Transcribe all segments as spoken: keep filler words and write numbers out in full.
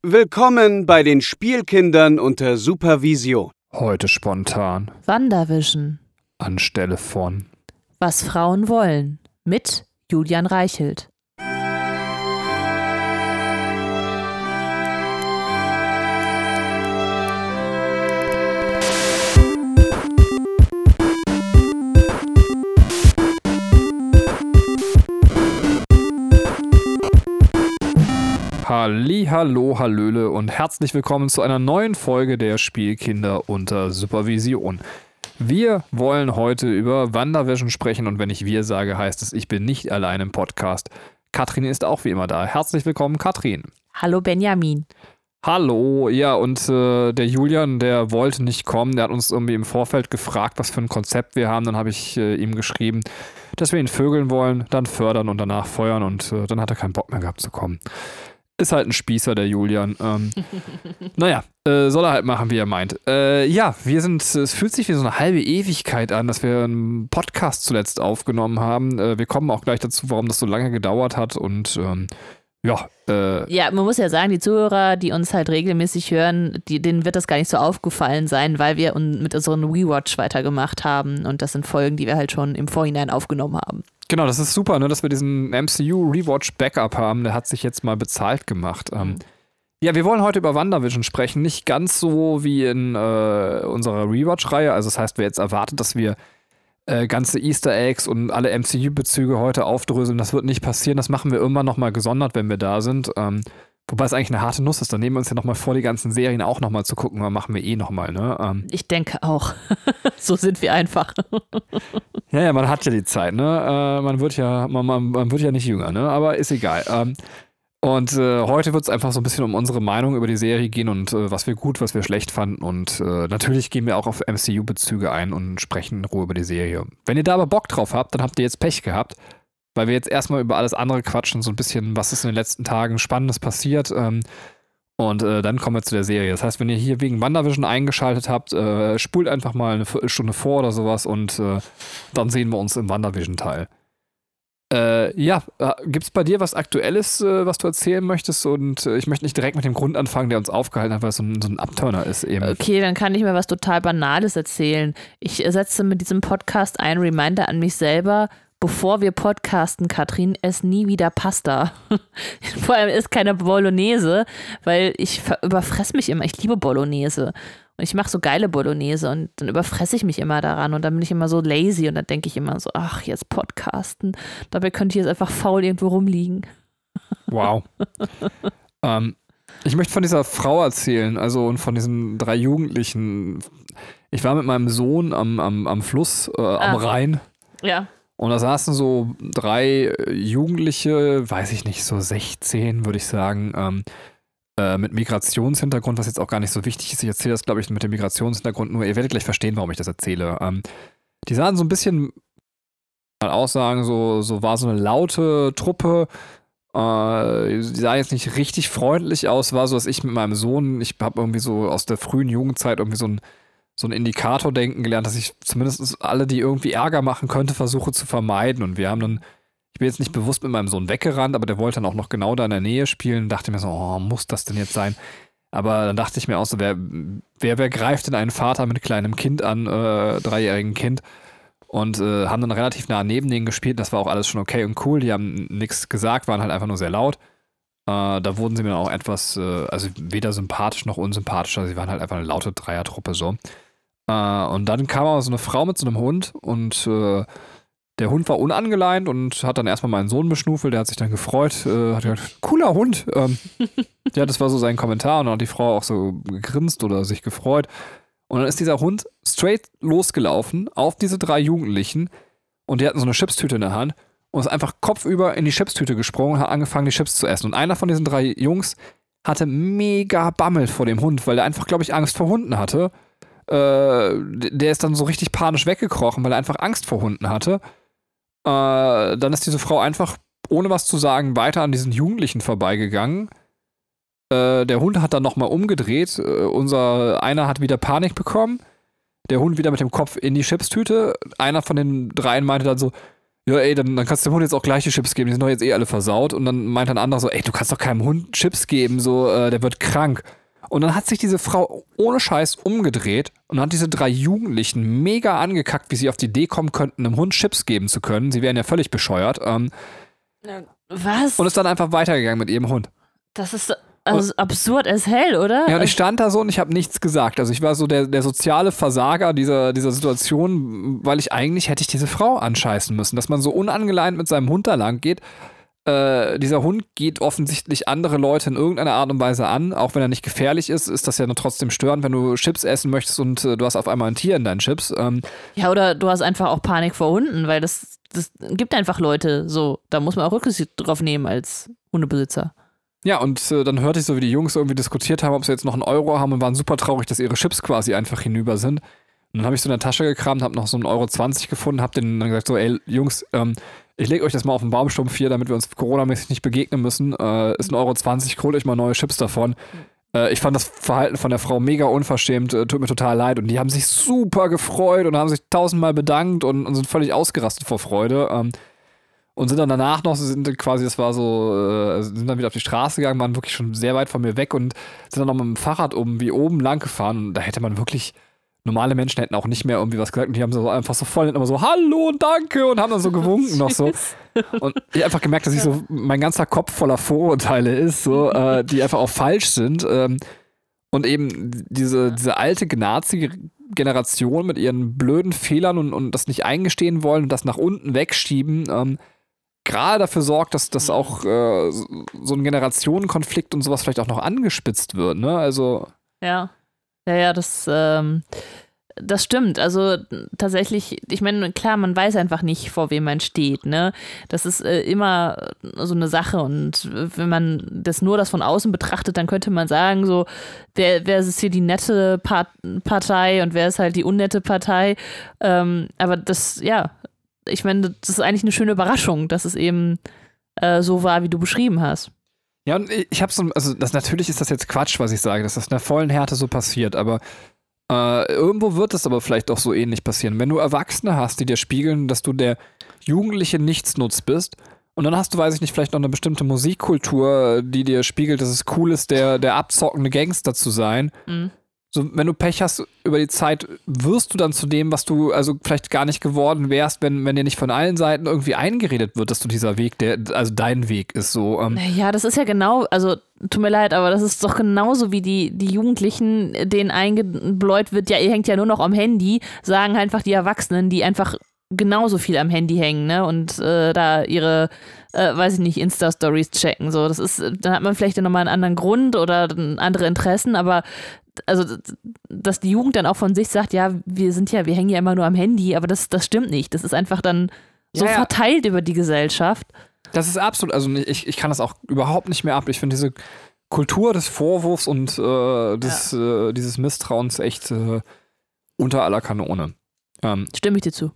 Willkommen bei den Spielkindern unter Supervision. Heute spontan. WandaVision. Anstelle von Was Frauen wollen. Mit Julian Reichelt. Halli, hallo, hallöle und herzlich willkommen zu einer neuen Folge der Spielkinder unter Supervision. Wir wollen heute über WandaVision sprechen und wenn ich wir sage, heißt es, ich bin nicht allein im Podcast. Katrin ist auch wie immer da. Herzlich willkommen, Katrin. Hallo Benjamin. Hallo, ja und äh, der Julian, der wollte nicht kommen, der hat uns irgendwie im Vorfeld gefragt, was für ein Konzept wir haben. Dann habe ich äh, ihm geschrieben, dass wir ihn vögeln wollen, dann fördern und danach feuern und äh, dann hat er keinen Bock mehr gehabt zu kommen. Ist halt ein Spießer, der Julian. Ähm, naja, äh, soll er halt machen, wie er meint. Äh, ja, wir sind, es fühlt sich wie so eine halbe Ewigkeit an, dass wir einen Podcast zuletzt aufgenommen haben. Äh, wir kommen auch gleich dazu, warum das so lange gedauert hat und ähm, ja. Äh, ja, man muss ja sagen, die Zuhörer, die uns halt regelmäßig hören, die, denen wird das gar nicht so aufgefallen sein, weil wir mit unserem Rewatch weitergemacht haben und das sind Folgen, die wir halt schon im Vorhinein aufgenommen haben. Genau, das ist super, ne, dass wir diesen M C U-Rewatch-Backup haben. Der hat sich jetzt mal bezahlt gemacht. Ähm, mhm. Ja, wir wollen heute über WandaVision sprechen. Nicht ganz so wie in äh, unserer Rewatch-Reihe. Also das heißt, wer jetzt erwartet, dass wir äh, ganze Easter Eggs und alle M C U-Bezüge heute aufdröseln, das wird nicht passieren. Das machen wir irgendwann nochmal gesondert, wenn wir da sind. Ähm, wobei es eigentlich eine harte Nuss ist. Dann nehmen wir uns ja nochmal vor, die ganzen Serien auch nochmal zu gucken. Dann machen wir eh nochmal, ne? Ähm, ich denke auch. So sind wir einfach. Ja, ja, man hat ja die Zeit, ne? Äh, man wird ja, man, man, man wird ja nicht jünger, ne? Aber ist egal. Ähm, und äh, heute wird es einfach so ein bisschen um unsere Meinung über die Serie gehen und äh, was wir gut, was wir schlecht fanden. Und äh, natürlich gehen wir auch auf M C U-Bezüge ein und sprechen in Ruhe über die Serie. Wenn ihr da aber Bock drauf habt, dann habt ihr jetzt Pech gehabt, weil wir jetzt erstmal über alles andere quatschen, so ein bisschen, was ist in den letzten Tagen Spannendes passiert. Ähm, Und äh, dann kommen wir zu der Serie. Das heißt, wenn ihr hier wegen WandaVision eingeschaltet habt, äh, spult einfach mal eine Viertelstunde vor oder sowas und äh, dann sehen wir uns im WandaVision-Teil. Äh, ja, äh, gibt's bei dir was Aktuelles, äh, was du erzählen möchtest? Und äh, ich möchte nicht direkt mit dem Grund anfangen, der uns aufgehalten hat, weil es so ein, so ein Abturner ist eben. Okay, dann kann ich mir was total Banales erzählen. Ich setze mit diesem Podcast einen Reminder an mich selber, bevor wir podcasten, Katrin, ess nie wieder Pasta. Vor allem ist keine Bolognese, weil ich überfresse mich immer. Ich liebe Bolognese. Und ich mache so geile Bolognese und dann überfresse ich mich immer daran und dann bin ich immer so lazy und dann denke ich immer so, ach, jetzt podcasten. Dabei könnte ich jetzt einfach faul irgendwo rumliegen. Wow. ähm, ich möchte von dieser Frau erzählen, also und von diesen drei Jugendlichen. Ich war mit meinem Sohn am, am, am Fluss, äh, am ah. Rhein. Ja. Und da saßen so drei Jugendliche, weiß ich nicht, so sechzehn, würde ich sagen, ähm, äh, mit Migrationshintergrund, was jetzt auch gar nicht so wichtig ist. Ich erzähle das, glaube ich, mit dem Migrationshintergrund nur. Ihr werdet gleich verstehen, warum ich das erzähle. Ähm, die sahen so ein bisschen, mal aussagen, so, so war so eine laute Truppe. Äh, die sah jetzt nicht richtig freundlich aus, war so, dass ich mit meinem Sohn, ich habe irgendwie so aus der frühen Jugendzeit irgendwie so ein so ein Indikator-Denken gelernt, dass ich zumindest alle, die irgendwie Ärger machen könnte, versuche zu vermeiden. Und wir haben dann, ich bin jetzt nicht bewusst mit meinem Sohn weggerannt, aber der wollte dann auch noch genau da in der Nähe spielen. Dachte mir so, oh, muss das denn jetzt sein? Aber dann dachte ich mir auch so, wer, wer, wer greift denn einen Vater mit kleinem Kind an, äh, dreijährigen Kind? Und äh, haben dann relativ nah neben denen gespielt. Das war auch alles schon okay und cool. Die haben nichts gesagt, waren halt einfach nur sehr laut. Äh, da wurden sie mir dann auch etwas, äh, also weder sympathisch noch unsympathischer. Sie waren halt einfach eine laute Dreiertruppe so. Äh, und dann kam aber so eine Frau mit so einem Hund und äh, der Hund war unangeleint und hat dann erstmal meinen Sohn beschnuffelt. Der hat sich dann gefreut, äh, hat gesagt, cooler Hund. Ähm, ja, das war so sein Kommentar und dann hat die Frau auch so gegrinst oder sich gefreut. Und dann ist dieser Hund straight losgelaufen auf diese drei Jugendlichen und die hatten so eine Chipstüte in der Hand und ist einfach kopfüber in die Chipstüte gesprungen und hat angefangen, die Chips zu essen. Und einer von diesen drei Jungs hatte mega Bammel vor dem Hund, weil er einfach, glaube ich, Angst vor Hunden hatte. Äh, der ist dann so richtig panisch weggekrochen, weil er einfach Angst vor Hunden hatte. Äh, dann ist diese Frau einfach, ohne was zu sagen, weiter an diesen Jugendlichen vorbeigegangen. Äh, der Hund hat dann nochmal umgedreht. Äh, unser einer hat wieder Panik bekommen. Der Hund wieder mit dem Kopf in die Chipstüte. Einer von den dreien meinte dann so, ja ey, dann, dann kannst du dem Hund jetzt auch gleiche Chips geben, die sind doch jetzt eh alle versaut. Und dann meint ein anderer so, ey, du kannst doch keinem Hund Chips geben, so, äh, der wird krank. Und dann hat sich diese Frau ohne Scheiß umgedreht und hat diese drei Jugendlichen mega angekackt, wie sie auf die Idee kommen könnten, einem Hund Chips geben zu können. Sie wären ja völlig bescheuert. Ähm, Was? Und ist dann einfach weitergegangen mit ihrem Hund. Das ist also absurd as hell, oder? Ja, und ich stand da so und ich habe nichts gesagt. Also ich war so der, der soziale Versager dieser, dieser Situation, weil ich eigentlich hätte ich diese Frau anscheißen müssen, dass man so unangeleint mit seinem Hund da lang geht. Äh, dieser Hund geht offensichtlich andere Leute in irgendeiner Art und Weise an, auch wenn er nicht gefährlich ist, ist das ja nur trotzdem störend, wenn du Chips essen möchtest und äh, du hast auf einmal ein Tier in deinen Chips. Ähm, ja, oder du hast einfach auch Panik vor Hunden, weil das, das gibt einfach Leute so, da muss man auch Rücksicht drauf nehmen als Hundebesitzer. Ja, und äh, dann hörte ich so, wie die Jungs irgendwie diskutiert haben, ob sie jetzt noch einen Euro haben und waren super traurig, dass ihre Chips quasi einfach hinüber sind. Und dann habe ich so in der Tasche gekramt, habe noch so einen Euro zwanzig gefunden, habe denen dann gesagt so, ey Jungs, ähm, ich lege euch das mal auf den Baumstumpf hier, damit wir uns coronamäßig nicht begegnen müssen. Äh, ist ein Euro zwanzig, holt euch mal neue Chips davon. Äh, ich fand das Verhalten von der Frau mega unverschämt, äh, tut mir total leid. Und die haben sich super gefreut und haben sich tausendmal bedankt und, und sind völlig ausgerastet vor Freude. Ähm, und sind dann danach noch, sind quasi, das war so, äh, sind dann wieder auf die Straße gegangen, waren wirklich schon sehr weit von mir weg und sind dann noch mit dem Fahrrad oben wie oben lang gefahren. Und da hätte man wirklich... Normale Menschen hätten auch nicht mehr irgendwie was gesagt und die haben so einfach so voll immer so Hallo und Danke und haben dann so gewunken noch so. Und ich hab einfach gemerkt, dass ich so mein ganzer Kopf voller Vorurteile ist, so, äh, die einfach auch falsch sind. Ähm, und eben diese, diese alte Nazi-Generation mit ihren blöden Fehlern und, und das nicht eingestehen wollen und das nach unten wegschieben, ähm, gerade dafür sorgt, dass das auch äh, so ein Generationenkonflikt und sowas vielleicht auch noch angespitzt wird, ne? Also. Ja. Ja, ja, das, ähm, das stimmt. Also tatsächlich, ich meine, klar, man weiß einfach nicht, vor wem man steht, ne? Das ist äh, immer so eine Sache und wenn man das nur das von außen betrachtet, dann könnte man sagen, so, wer, wer ist hier die nette Part- Partei und wer ist halt die unnette Partei. Ähm, aber das, ja, ich meine, das ist eigentlich eine schöne Überraschung, dass es eben äh, so war, wie du beschrieben hast. Ja, und ich habe so, also das natürlich ist das jetzt Quatsch, was ich sage, dass das in der vollen Härte so passiert, aber äh, irgendwo wird es aber vielleicht auch so ähnlich passieren. Wenn du Erwachsene hast, die dir spiegeln, dass du der jugendliche Nichtsnutz bist und dann hast du, weiß ich nicht, vielleicht noch eine bestimmte Musikkultur, die dir spiegelt, dass es cool ist, der, der abzockende Gangster zu sein. Mhm. So, wenn du Pech hast über die Zeit, wirst du dann zu dem, was du also vielleicht gar nicht geworden wärst, wenn, wenn dir nicht von allen Seiten irgendwie eingeredet wird, dass du dieser Weg, der, also dein Weg ist so. Ähm. Ja, das ist ja genau, also tut mir leid, aber das ist doch genauso wie die, die Jugendlichen, denen eingebläut wird, ja, ihr hängt ja nur noch am Handy, sagen einfach die Erwachsenen, die einfach genauso viel am Handy hängen, ne, und äh, da ihre, äh, weiß ich nicht, Insta-Stories checken, so, das ist, dann hat man vielleicht ja nochmal einen anderen Grund oder andere Interessen, aber also, dass die Jugend dann auch von sich sagt, ja, wir sind ja, wir hängen ja immer nur am Handy, aber das, das stimmt nicht. Das ist einfach dann so ja, ja. verteilt über die Gesellschaft. Das ist absolut, also ich, ich kann das auch überhaupt nicht mehr ab. Ich finde diese Kultur des Vorwurfs und äh, des, ja. äh, dieses Misstrauens echt äh, unter aller Kanone. Ähm, Stimme ich dir zu.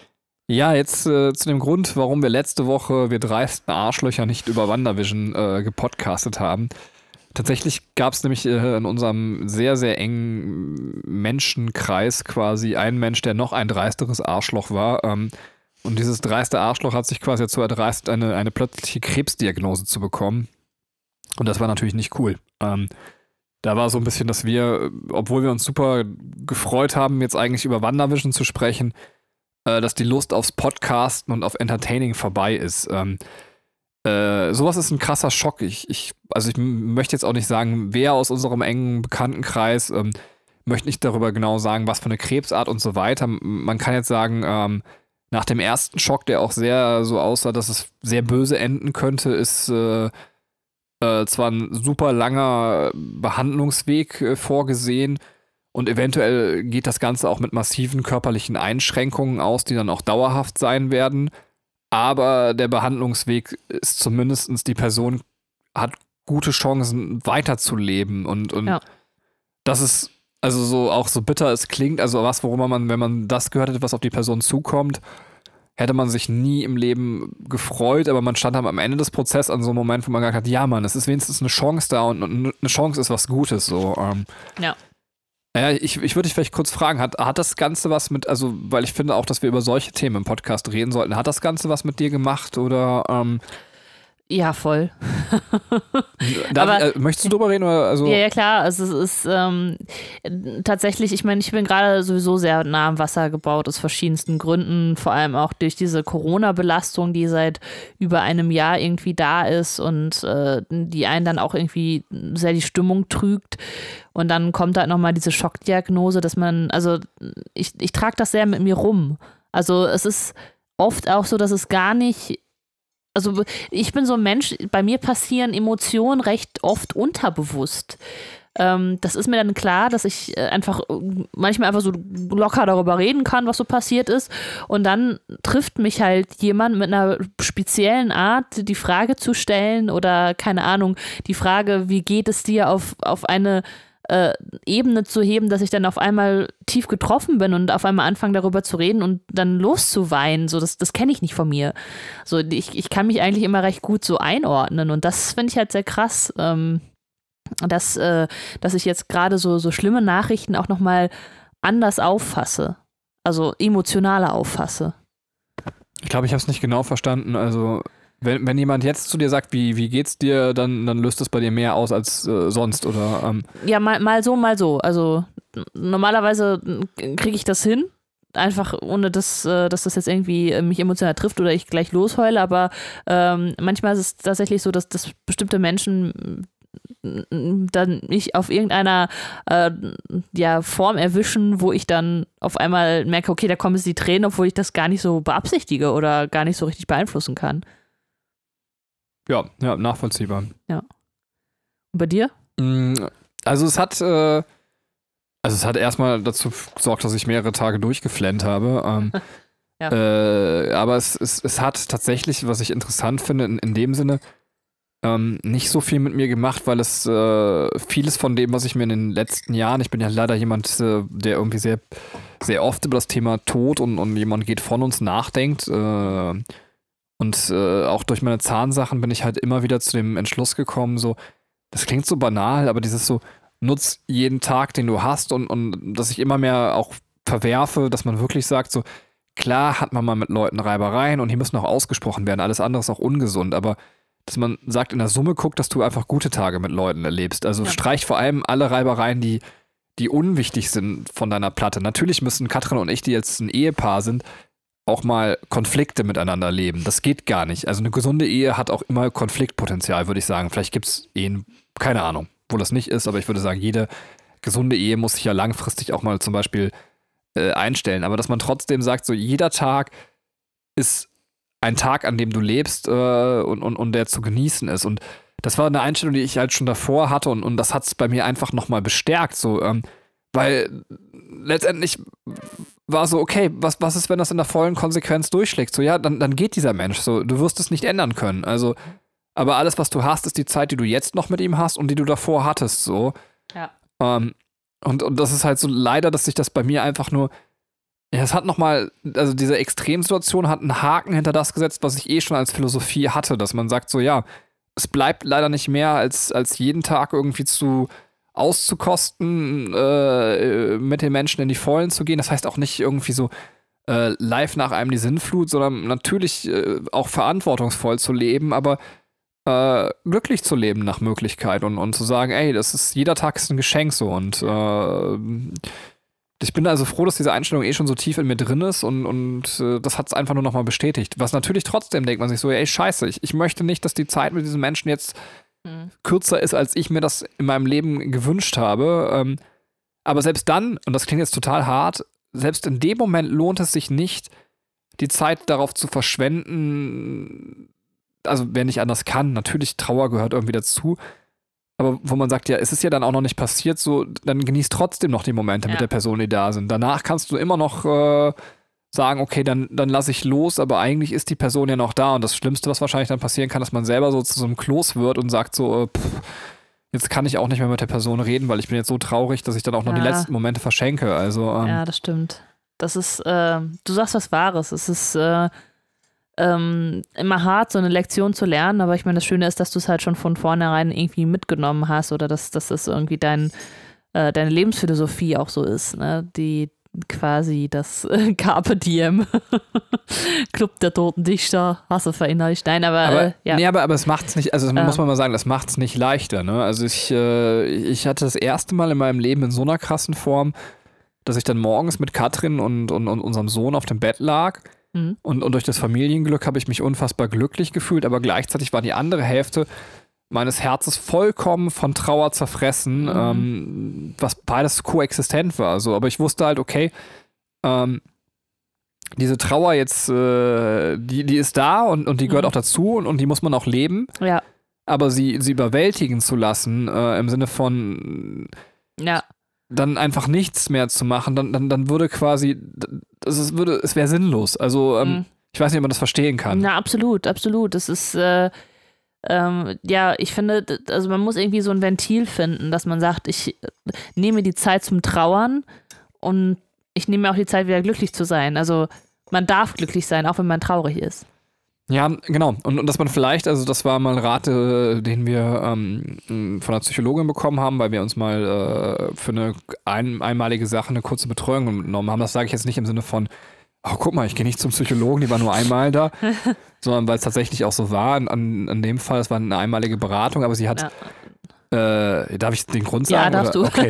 Ja, jetzt äh, zu dem Grund, warum wir letzte Woche, wir dreisten Arschlöcher, nicht über WandaVision äh, gepodcastet haben. Tatsächlich gab es nämlich äh, in unserem sehr, sehr engen Menschenkreis quasi einen Mensch, der noch ein dreisteres Arschloch war. Ähm, und dieses dreiste Arschloch hat sich quasi dazu erdreistet, eine, eine plötzliche Krebsdiagnose zu bekommen. Und das war natürlich nicht cool. Ähm, da war so ein bisschen, dass wir, obwohl wir uns super gefreut haben, jetzt eigentlich über WandaVision zu sprechen, äh, dass die Lust aufs Podcasten und auf Entertaining vorbei ist. Ähm, Äh, sowas ist ein krasser Schock. Ich, ich, also ich m- möchte jetzt auch nicht sagen, wer aus unserem engen Bekanntenkreis, ähm, möchte nicht darüber genau sagen, was für eine Krebsart und so weiter. M- Man kann jetzt sagen, ähm, nach dem ersten Schock, der auch sehr so aussah, dass es sehr böse enden könnte, ist äh, äh, zwar ein super langer Behandlungsweg äh, vorgesehen und eventuell geht das Ganze auch mit massiven körperlichen Einschränkungen aus, die dann auch dauerhaft sein werden. Aber der Behandlungsweg ist zumindest, die Person hat gute Chancen weiterzuleben und, und ja. das ist also so auch so bitter es klingt, also was, worüber man, wenn man das gehört hätte, was auf die Person zukommt, hätte man sich nie im Leben gefreut, aber man stand am Ende des Prozesses an so einem Moment, wo man gesagt hat, ja Mann, es ist wenigstens eine Chance da und eine Chance ist was Gutes so. Ähm. Ja. Ja, ich, ich würde dich vielleicht kurz fragen, hat, hat das Ganze was mit, also, weil ich finde auch, dass wir über solche Themen im Podcast reden sollten, hat das Ganze was mit dir gemacht oder? Ähm, ja, voll. Darf, Aber, äh, möchtest du drüber reden? Oder, also? Ja, ja, klar. Also es ist ähm, tatsächlich, ich meine, ich bin gerade sowieso sehr nah am Wasser gebaut, aus verschiedensten Gründen, vor allem auch durch diese Corona-Belastung, die seit über einem Jahr irgendwie da ist und äh, die einen dann auch irgendwie sehr die Stimmung trügt. Und dann kommt halt nochmal diese Schockdiagnose, dass man, also ich, ich trage das sehr mit mir rum. Also es ist oft auch so, dass es gar nicht, also ich bin so ein Mensch, bei mir passieren Emotionen recht oft unterbewusst. Ähm, das ist mir dann klar, dass ich einfach manchmal einfach so locker darüber reden kann, was so passiert ist. Und dann trifft mich halt jemand mit einer speziellen Art, die Frage zu stellen oder keine Ahnung, die Frage, wie geht es dir, auf, auf eine Äh, Ebene zu heben, dass ich dann auf einmal tief getroffen bin und auf einmal anfange darüber zu reden und dann loszuweinen. So, das, das kenne ich nicht von mir. So, ich, ich kann mich eigentlich immer recht gut so einordnen und das finde ich halt sehr krass, ähm, dass, äh, dass ich jetzt gerade so, so schlimme Nachrichten auch nochmal anders auffasse. Also emotionaler auffasse. Ich glaube, ich habe es nicht genau verstanden. Also Wenn, wenn jemand jetzt zu dir sagt, wie, wie geht's dir, dann, dann löst es bei dir mehr aus als äh, sonst, oder? Ähm. Ja, mal, mal so, mal so. Also normalerweise kriege ich das hin, einfach ohne dass, äh, dass das jetzt irgendwie mich emotional trifft oder ich gleich losheule, aber ähm, manchmal ist es tatsächlich so, dass, dass bestimmte Menschen dann mich auf irgendeiner äh, ja, Form erwischen, wo ich dann auf einmal merke, okay, da kommen jetzt die Tränen, obwohl ich das gar nicht so beabsichtige oder gar nicht so richtig beeinflussen kann. Ja, ja, nachvollziehbar. Ja. Und bei dir? Also es hat, äh, also es hat erstmal dazu gesorgt, dass ich mehrere Tage durchgeflennt habe. Ähm, ja. äh, aber es, es, es hat tatsächlich, was ich interessant finde, in, in dem Sinne, ähm, nicht so viel mit mir gemacht, weil es äh, vieles von dem, was ich mir in den letzten Jahren, ich bin ja leider jemand, äh, der irgendwie sehr, sehr oft über das Thema Tod und, und jemand geht von uns nachdenkt, äh, Und äh, auch durch meine Zahnsachen bin ich halt immer wieder zu dem Entschluss gekommen, so, das klingt so banal, aber dieses so, nutz jeden Tag, den du hast und, und dass ich immer mehr auch verwerfe, dass man wirklich sagt, so, klar hat man mal mit Leuten Reibereien und die müssen auch ausgesprochen werden, alles andere ist auch ungesund, aber dass man sagt, in der Summe guckt, dass du einfach gute Tage mit Leuten erlebst. Also ja. Streich vor allem alle Reibereien, die, die unwichtig sind von deiner Platte. Natürlich müssen Katrin und ich, die jetzt ein Ehepaar sind, auch mal Konflikte miteinander leben. Das geht gar nicht. Also eine gesunde Ehe hat auch immer Konfliktpotenzial, würde ich sagen. Vielleicht gibt es Ehen, keine Ahnung, wo das nicht ist, aber ich würde sagen, jede gesunde Ehe muss sich ja langfristig auch mal zum Beispiel äh, einstellen. Aber dass man trotzdem sagt, so jeder Tag ist ein Tag, an dem du lebst äh, und, und, und der zu genießen ist. Und das war eine Einstellung, die ich halt schon davor hatte und, und das hat es bei mir einfach nochmal bestärkt. So, ähm, weil letztendlich war so, okay, was, was ist, wenn das in der vollen Konsequenz durchschlägt? So, ja, dann, dann geht dieser Mensch. So, du wirst es nicht ändern können. Also, aber alles, was du hast, ist die Zeit, die du jetzt noch mit ihm hast und die du davor hattest. So. Ja. Ähm, und, und das ist halt so leider, dass sich das bei mir einfach nur, ja, es hat nochmal, also diese Extremsituation hat einen Haken hinter das gesetzt, was ich eh schon als Philosophie hatte, dass man sagt so, ja, es bleibt leider nicht mehr, als, als jeden Tag irgendwie zu auszukosten, äh, mit den Menschen in die Vollen zu gehen. Das heißt auch nicht irgendwie so äh, live nach einem die Sinnflut, sondern natürlich äh, auch verantwortungsvoll zu leben, aber äh, glücklich zu leben nach Möglichkeit und, und zu sagen, ey, das ist, jeder Tag ist ein Geschenk so und äh, ich bin also froh, dass diese Einstellung eh schon so tief in mir drin ist und, und äh, das hat es einfach nur nochmal bestätigt. Was natürlich trotzdem denkt man sich so, ey, scheiße, ich, ich möchte nicht, dass die Zeit mit diesen Menschen jetzt kürzer ist, als ich mir das in meinem Leben gewünscht habe. Ähm, aber selbst dann, und das klingt jetzt total hart, selbst in dem Moment lohnt es sich nicht, die Zeit darauf zu verschwenden, also wer nicht anders kann, natürlich Trauer gehört irgendwie dazu, aber wo man sagt, ja, es ist ja dann auch noch nicht passiert, so, dann genießt trotzdem noch die Momente ja. mit der Person, die da sind. Danach kannst du immer noch äh, sagen, okay, dann, dann lasse ich los, aber eigentlich ist die Person ja noch da und das Schlimmste, was wahrscheinlich dann passieren kann, dass man selber so zu so einem Kloß wird und sagt so, äh, pff, jetzt kann ich auch nicht mehr mit der Person reden, weil ich bin jetzt so traurig, dass ich dann auch noch ja. die letzten Momente verschenke. Also, ähm, ja, das stimmt. Das ist, äh, du sagst was Wahres. Es ist äh, ähm, immer hart, so eine Lektion zu lernen, aber ich meine, das Schöne ist, dass du es halt schon von vornherein irgendwie mitgenommen hast oder dass, dass das irgendwie dein äh, deine Lebensphilosophie auch so ist, ne? Die quasi das äh, Carpe Diem Club der Toten Dichter, hast du verinnerlicht. Nein, aber, aber äh, ja. Nee, aber, aber es macht's nicht, also das Ähm. muss man mal sagen, das macht's nicht leichter, ne? Also ich, äh, ich hatte das erste Mal in meinem Leben in so einer krassen Form, dass ich dann morgens mit Katrin und, und, und unserem Sohn auf dem Bett lag mhm. und, und durch das Familienglück habe ich mich unfassbar glücklich gefühlt, aber gleichzeitig war die andere Hälfte meines Herzens vollkommen von Trauer zerfressen, mhm. ähm, was beides koexistent war. So. Aber ich wusste halt, okay, ähm, diese Trauer jetzt, äh, die, die ist da und, und die gehört mhm. auch dazu und, und die muss man auch leben. Ja. Aber sie, sie überwältigen zu lassen, äh, im Sinne von ja. dann einfach nichts mehr zu machen, dann, dann, dann würde quasi, das ist, würde, es wäre sinnlos. Also ähm, mhm. ich weiß nicht, ob man das verstehen kann. Na, absolut, absolut. Das ist äh Ähm, ja, ich finde, also man muss irgendwie so ein Ventil finden, dass man sagt, ich nehme die Zeit zum Trauern und ich nehme auch die Zeit, wieder glücklich zu sein. Also man darf glücklich sein, auch wenn man traurig ist. Ja, genau. Und, und dass man vielleicht, also das war mal ein Rat, äh, den wir ähm, von einer Psychologin bekommen haben, weil wir uns mal äh, für eine ein, einmalige Sache eine kurze Betreuung genommen haben. Das sage ich jetzt nicht im Sinne von, oh, guck mal, ich gehe nicht zum Psychologen, die war nur einmal da, sondern weil es tatsächlich auch so war. An, an dem Fall, es war eine einmalige Beratung, aber sie hat, ja. äh, darf ich den Grund sagen? Ja, darfst oder? du. Okay.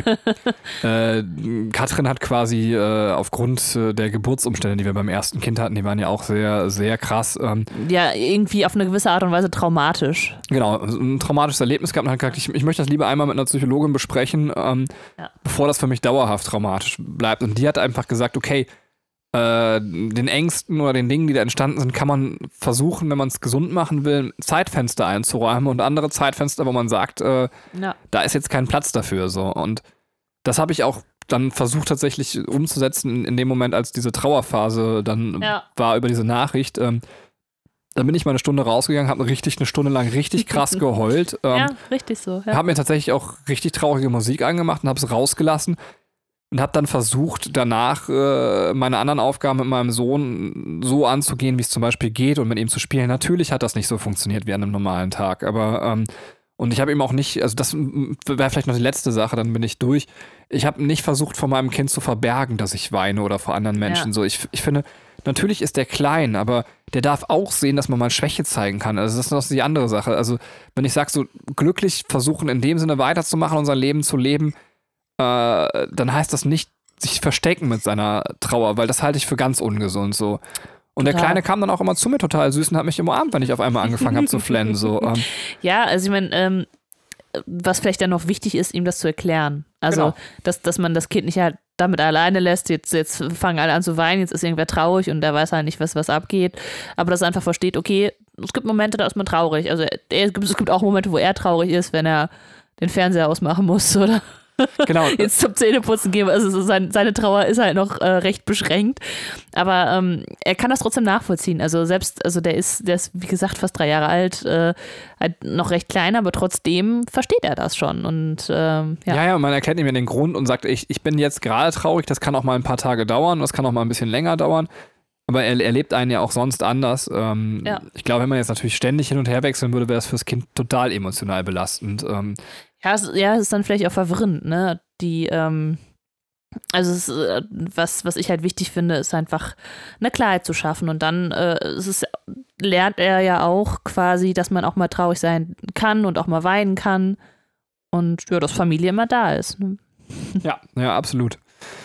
äh, Katrin hat quasi äh, aufgrund der Geburtsumstände, die wir beim ersten Kind hatten, die waren ja auch sehr, sehr krass. Ähm, ja, irgendwie auf eine gewisse Art und Weise traumatisch. Genau, ein traumatisches Erlebnis gehabt und hat gesagt, ich, ich möchte das lieber einmal mit einer Psychologin besprechen, ähm, ja. bevor das für mich dauerhaft traumatisch bleibt. Und die hat einfach gesagt, okay, Äh, den Ängsten oder den Dingen, die da entstanden sind, kann man versuchen, wenn man es gesund machen will, Zeitfenster einzuräumen und andere Zeitfenster, wo man sagt, äh, ja. da ist jetzt kein Platz dafür. So. Und das habe ich auch dann versucht tatsächlich umzusetzen in, in dem Moment, als diese Trauerphase dann ja. war über diese Nachricht. Ähm, dann bin ich mal eine Stunde rausgegangen, habe richtig eine Stunde lang richtig krass geheult. Ähm, ja, richtig so. Ja. Habe mir tatsächlich auch richtig traurige Musik angemacht und habe es rausgelassen. Und habe dann versucht, danach äh, meine anderen Aufgaben mit meinem Sohn so anzugehen, wie es zum Beispiel geht und mit ihm zu spielen. Natürlich hat das nicht so funktioniert wie an einem normalen Tag, aber ähm, und ich habe ihm auch nicht, also das wäre vielleicht noch die letzte Sache, dann bin ich durch. Ich habe nicht versucht, vor meinem Kind zu verbergen, dass ich weine oder vor anderen Menschen. Ja. So, ich, ich finde, natürlich ist der klein, aber der darf auch sehen, dass man mal Schwäche zeigen kann. Also das ist noch die andere Sache. Also wenn ich sage, so glücklich versuchen, in dem Sinne weiterzumachen, unser Leben zu leben, Äh, dann heißt das nicht sich verstecken mit seiner Trauer, weil das halte ich für ganz ungesund so. Und der Kleine kam dann auch immer zu mir total süß und hat mich umarmt, wenn ich auf einmal angefangen habe zu flennen. So, ähm. Ja, also ich meine, ähm, was vielleicht dann noch wichtig ist, ihm das zu erklären. Also, genau. dass, dass man das Kind nicht halt damit alleine lässt, jetzt, jetzt fangen alle an zu weinen, jetzt ist irgendwer traurig und der weiß halt nicht, was, was abgeht. Aber dass er einfach versteht, okay, es gibt Momente, da ist man traurig. Also es gibt, es gibt auch Momente, wo er traurig ist, wenn er den Fernseher ausmachen muss, oder? Genau. Jetzt zum Zähneputzen gehen, also so sein, seine Trauer ist halt noch äh, recht beschränkt, aber ähm, er kann das trotzdem nachvollziehen, also selbst, also der ist, der ist wie gesagt fast drei Jahre alt, äh, halt noch recht klein, aber trotzdem versteht er das schon und ähm, ja. Ja, ja, man erkennt ihm ja den Grund und sagt, ich, ich bin jetzt gerade traurig, das kann auch mal ein paar Tage dauern, das kann auch mal ein bisschen länger dauern, aber er, er lebt einen ja auch sonst anders. Ähm, ja. Ich glaube, wenn man jetzt natürlich ständig hin und her wechseln würde, wäre es fürs Kind total emotional belastend. Ähm, Ja, es, ja, es ist dann vielleicht auch verwirrend, ne? Die, ähm, also es ist, was, was ich halt wichtig finde, ist einfach eine Klarheit zu schaffen und dann äh, es ist, lernt er ja auch quasi, dass man auch mal traurig sein kann und auch mal weinen kann und ja, dass Familie immer da ist. Ne? Ja, ja, absolut.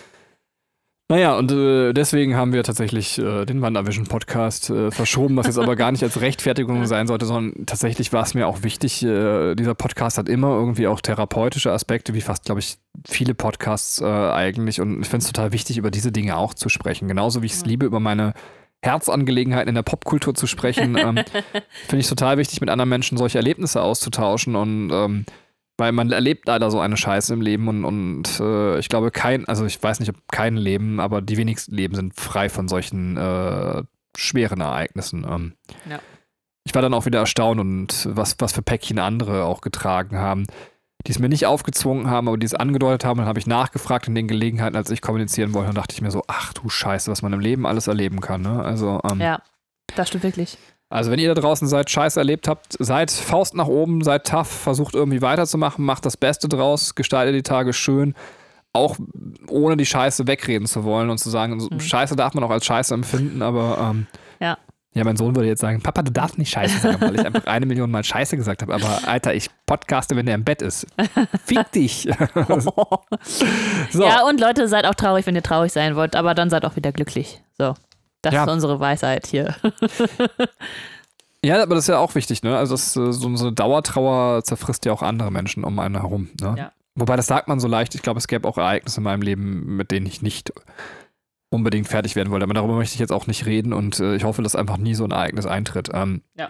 Naja, und äh, deswegen haben wir tatsächlich äh, den WandaVision-Podcast äh, verschoben, was jetzt aber gar nicht als Rechtfertigung sein sollte, sondern tatsächlich war es mir auch wichtig, äh, dieser Podcast hat immer irgendwie auch therapeutische Aspekte, wie fast, glaube ich, viele Podcasts äh, eigentlich. Und ich finde es total wichtig, über diese Dinge auch zu sprechen. Genauso wie ich es liebe, über meine Herzangelegenheiten in der Popkultur zu sprechen. ähm, finde ich total wichtig, mit anderen Menschen solche Erlebnisse auszutauschen und ähm, weil man erlebt leider so eine Scheiße im Leben und, und äh, ich glaube kein, also ich weiß nicht, ob kein Leben, aber die wenigsten Leben sind frei von solchen äh, schweren Ereignissen. Ähm, ja. Ich war dann auch wieder erstaunt und was, was für Päckchen andere auch getragen haben, die es mir nicht aufgezwungen haben, aber die es angedeutet haben. Dann habe ich nachgefragt in den Gelegenheiten, als ich kommunizieren wollte, und dachte ich mir so, ach du Scheiße, was man im Leben alles erleben kann. Ne? Also, ähm, ja, das stimmt wirklich. Also wenn ihr da draußen seid, Scheiße erlebt habt, seid Faust nach oben, seid tough, versucht irgendwie weiterzumachen, macht das Beste draus, gestaltet die Tage schön, auch ohne die Scheiße wegreden zu wollen und zu sagen, mhm. Scheiße darf man auch als Scheiße empfinden, aber ähm, ja. Ja, mein Sohn würde jetzt sagen, Papa, du darfst nicht Scheiße sagen, weil ich einfach eine Million Mal Scheiße gesagt habe. Aber Alter, ich podcaste, wenn der im Bett ist. Fick dich. So. Ja, und Leute, seid auch traurig, wenn ihr traurig sein wollt, aber dann seid auch wieder glücklich. So, das ja. ist unsere Weisheit hier. Ja, aber das ist ja auch wichtig, ne? Also das, so, so eine Dauertrauer zerfrisst ja auch andere Menschen um einen herum, ne? Ja. Wobei, das sagt man so leicht. Ich glaube, es gäbe auch Ereignisse in meinem Leben, mit denen ich nicht unbedingt fertig werden wollte. Aber darüber möchte ich jetzt auch nicht reden und äh, ich hoffe, dass einfach nie so ein Ereignis eintritt. Ähm, ja.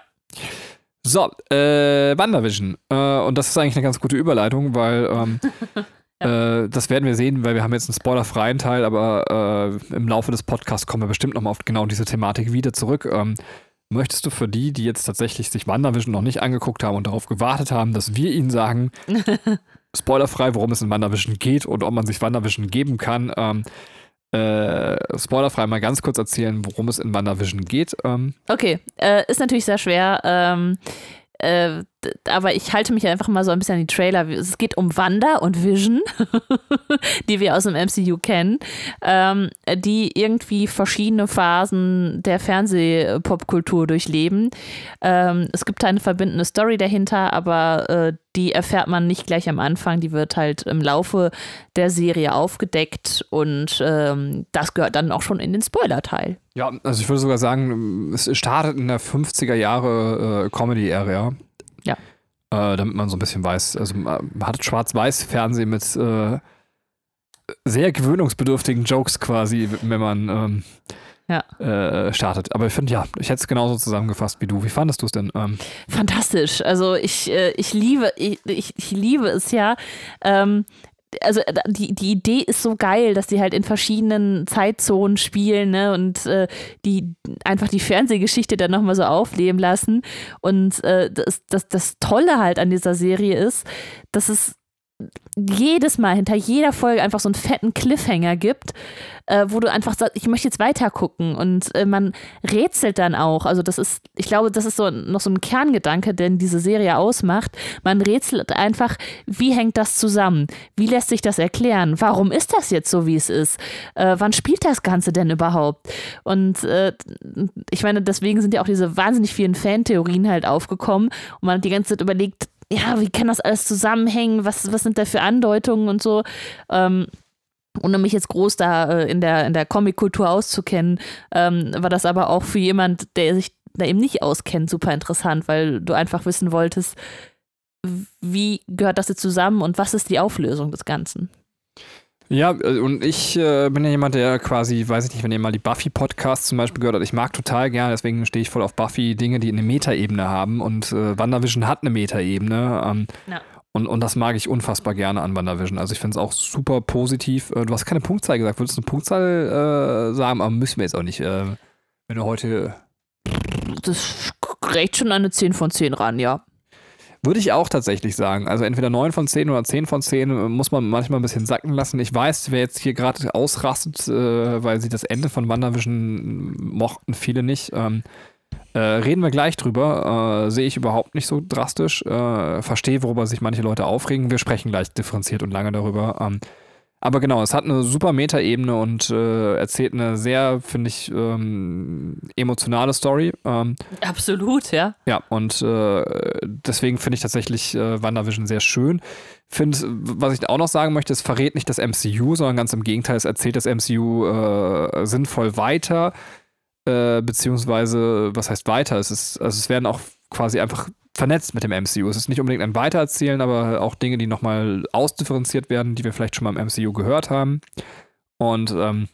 So, äh, WandaVision. Äh, und das ist eigentlich eine ganz gute Überleitung, weil ähm, ja. äh, das werden wir sehen, weil wir haben jetzt einen spoilerfreien Teil, aber äh, im Laufe des Podcasts kommen wir bestimmt nochmal auf genau diese Thematik wieder zurück. Ähm, möchtest du für die, die jetzt tatsächlich sich WandaVision noch nicht angeguckt haben und darauf gewartet haben, dass wir ihnen sagen, spoilerfrei, worum es in WandaVision geht und ob man sich WandaVision geben kann, ähm, Äh, spoilerfrei mal ganz kurz erzählen, worum es in WandaVision geht. Ähm. Okay, äh, ist natürlich sehr schwer, ähm, äh, aber ich halte mich einfach mal so ein bisschen an die Trailer. Es geht um Wanda und Vision, die wir aus dem M C U kennen, ähm, die irgendwie verschiedene Phasen der Fernsehpopkultur durchleben. Ähm, es gibt eine verbindende Story dahinter, aber äh, die erfährt man nicht gleich am Anfang. Die wird halt im Laufe der Serie aufgedeckt und ähm, das gehört dann auch schon in den Spoiler-Teil. Ja, also ich würde sogar sagen, es startet in der fünfziger Jahre äh, Comedy-Ära. Ja. Äh, damit man so ein bisschen weiß, also man hat Schwarz-Weiß-Fernsehen mit äh, sehr gewöhnungsbedürftigen Jokes quasi, wenn man ähm, ja. äh, startet. Aber ich finde, ja, ich hätte es genauso zusammengefasst wie du. Wie fandest du es denn? Ähm? Fantastisch. Also ich, äh, ich liebe, ich, ich, ich liebe es ja. Ähm, also die, die Idee ist so geil, dass die halt in verschiedenen Zeitzonen spielen, ne, und äh, die einfach die Fernsehgeschichte dann nochmal so aufleben lassen. Und äh, das, das, das Tolle halt an dieser Serie ist, dass es jedes Mal hinter jeder Folge einfach so einen fetten Cliffhanger gibt, äh, wo du einfach sagst, ich möchte jetzt weiter gucken und äh, man rätselt dann auch, also das ist, ich glaube, das ist so noch so ein Kerngedanke, den diese Serie ausmacht, man rätselt einfach, wie hängt das zusammen, wie lässt sich das erklären, warum ist das jetzt so, wie es ist, äh, wann spielt das Ganze denn überhaupt und äh, ich meine, deswegen sind ja auch diese wahnsinnig vielen Fantheorien halt aufgekommen und man hat die ganze Zeit überlegt, ja, wie kann das alles zusammenhängen? Was, was sind da für Andeutungen und so? Ähm, ohne mich jetzt groß da äh, in der, in der Comic-Kultur auszukennen, ähm, war das aber auch für jemand, der sich da eben nicht auskennt, super interessant, weil du einfach wissen wolltest, wie gehört das jetzt zusammen und was ist die Auflösung des Ganzen? Ja, und ich äh, bin ja jemand, der quasi, weiß ich nicht, wenn ihr mal die Buffy-Podcasts zum Beispiel gehört habt, ich mag total gerne, deswegen stehe ich voll auf Buffy, Dinge, die eine Metaebene haben und äh, WandaVision hat eine Metaebene ähm, ja. und, und das mag ich unfassbar gerne an WandaVision, also ich finde es auch super positiv. Äh, du hast keine Punktzahl gesagt, würdest du eine Punktzahl äh, sagen, aber müssen wir jetzt auch nicht, äh, wenn du heute... Das reicht schon an eine zehn von zehn ran, ja. Würde ich auch tatsächlich sagen. Also entweder neun von zehn oder zehn von zehn muss man manchmal ein bisschen sacken lassen. Ich weiß, wer jetzt hier gerade ausrastet, äh, weil sie das Ende von WandaVision mochten, viele nicht. Ähm, äh, reden wir gleich drüber. Äh, sehe ich überhaupt nicht so drastisch. Äh, verstehe, worüber sich manche Leute aufregen. Wir sprechen gleich differenziert und lange darüber. Ähm, aber genau, es hat eine super Meta-Ebene und äh, erzählt eine sehr, finde ich, ähm, emotionale Story. Ähm, Absolut, ja. Ja, und äh, deswegen finde ich tatsächlich äh, WandaVision sehr schön. Finde, was ich auch noch sagen möchte, es verrät nicht das M C U, sondern ganz im Gegenteil, es erzählt das M C U äh, sinnvoll weiter, äh, beziehungsweise, was heißt weiter? Es ist, also es werden auch quasi einfach vernetzt mit dem M C U. Es ist nicht unbedingt ein Weitererzählen, aber auch Dinge, die nochmal ausdifferenziert werden, die wir vielleicht schon mal im M C U gehört haben. Und ähm,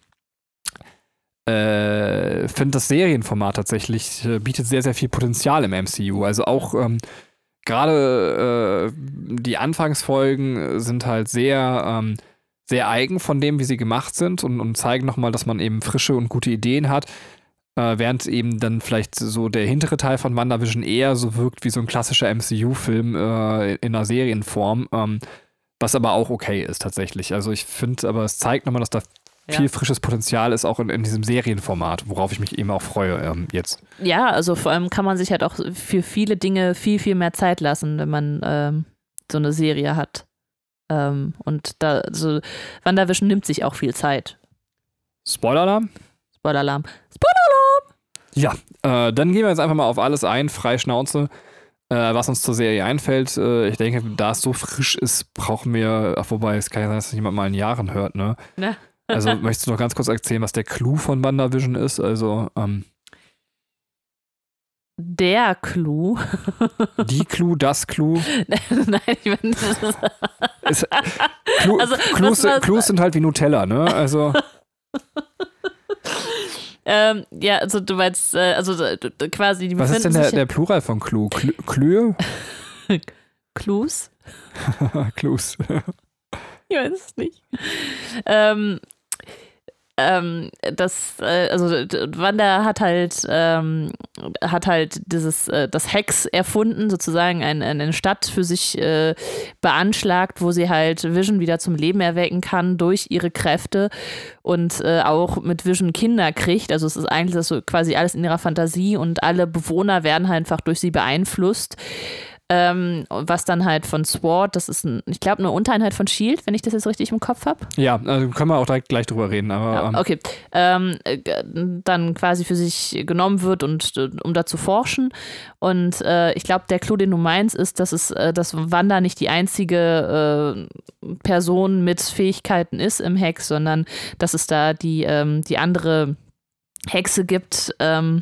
äh, finde das Serienformat tatsächlich äh, bietet sehr, sehr viel Potenzial im M C U. Also auch ähm, gerade äh, die Anfangsfolgen sind halt sehr, ähm, sehr eigen von dem, wie sie gemacht sind und, und zeigen nochmal, dass man eben frische und gute Ideen hat. Während eben dann vielleicht so der hintere Teil von WandaVision eher so wirkt wie so ein klassischer M C U-Film äh, in einer Serienform, ähm, was aber auch okay ist tatsächlich. Also ich finde, aber es zeigt nochmal, dass da Ja. viel frisches Potenzial ist, auch in, in diesem Serienformat, worauf ich mich eben auch freue ähm, jetzt. Ja, also vor allem kann man sich halt auch für viele Dinge viel, viel mehr Zeit lassen, wenn man ähm, so eine Serie hat. Ähm, und da, also WandaVision nimmt sich auch viel Zeit. Spoiler-Alarm? Spoiler-Alarm. Spoiler-Alarm! Ja, äh, dann gehen wir jetzt einfach mal auf alles ein, frei Schnauze, äh, was uns zur Serie einfällt. Äh, ich denke, da es so frisch ist, brauchen wir, ach, wobei, es kann ja sein, dass das jemand mal in Jahren hört, ne? Ne? Also möchtest du noch ganz kurz erzählen, was der Clou von WandaVision ist? Also, ähm, Der Clou. die Clou, das Clou. Nein, ich meine, Ist, Clou, Also, Clues, was war- Clues sind halt wie Nutella, ne? Also, ähm, ja, also du meinst, äh, also d- d- quasi, die was ist denn befinden der, sich der Plural von Clou? Clou- Clue? Clues? Clues. Ich weiß es nicht. Ähm, ähm, das, äh, also d- Wanda hat halt, ähm, hat halt dieses, äh, das Hex erfunden, sozusagen ein, eine Stadt für sich äh, beanschlagt, wo sie halt Vision wieder zum Leben erwecken kann durch ihre Kräfte und äh, auch mit Vision Kinder kriegt. Also es ist eigentlich das so quasi alles in ihrer Fantasie und alle Bewohner werden halt einfach durch sie beeinflusst. Ähm, was dann halt von SWORD, das ist, ein, ich glaube, eine Untereinheit von S H I E L D, wenn ich das jetzt richtig im Kopf habe. Ja, also können wir auch direkt gleich drüber reden. Aber, Ja, ähm, okay. Ähm, äh, dann quasi für sich genommen wird und äh, um da zu forschen. Und äh, ich glaube, der Clou, den du meinst, ist, dass es, äh, dass Wanda nicht die einzige äh, Person mit Fähigkeiten ist im Hex, sondern dass es da die, ähm, die andere Hexe gibt, ähm,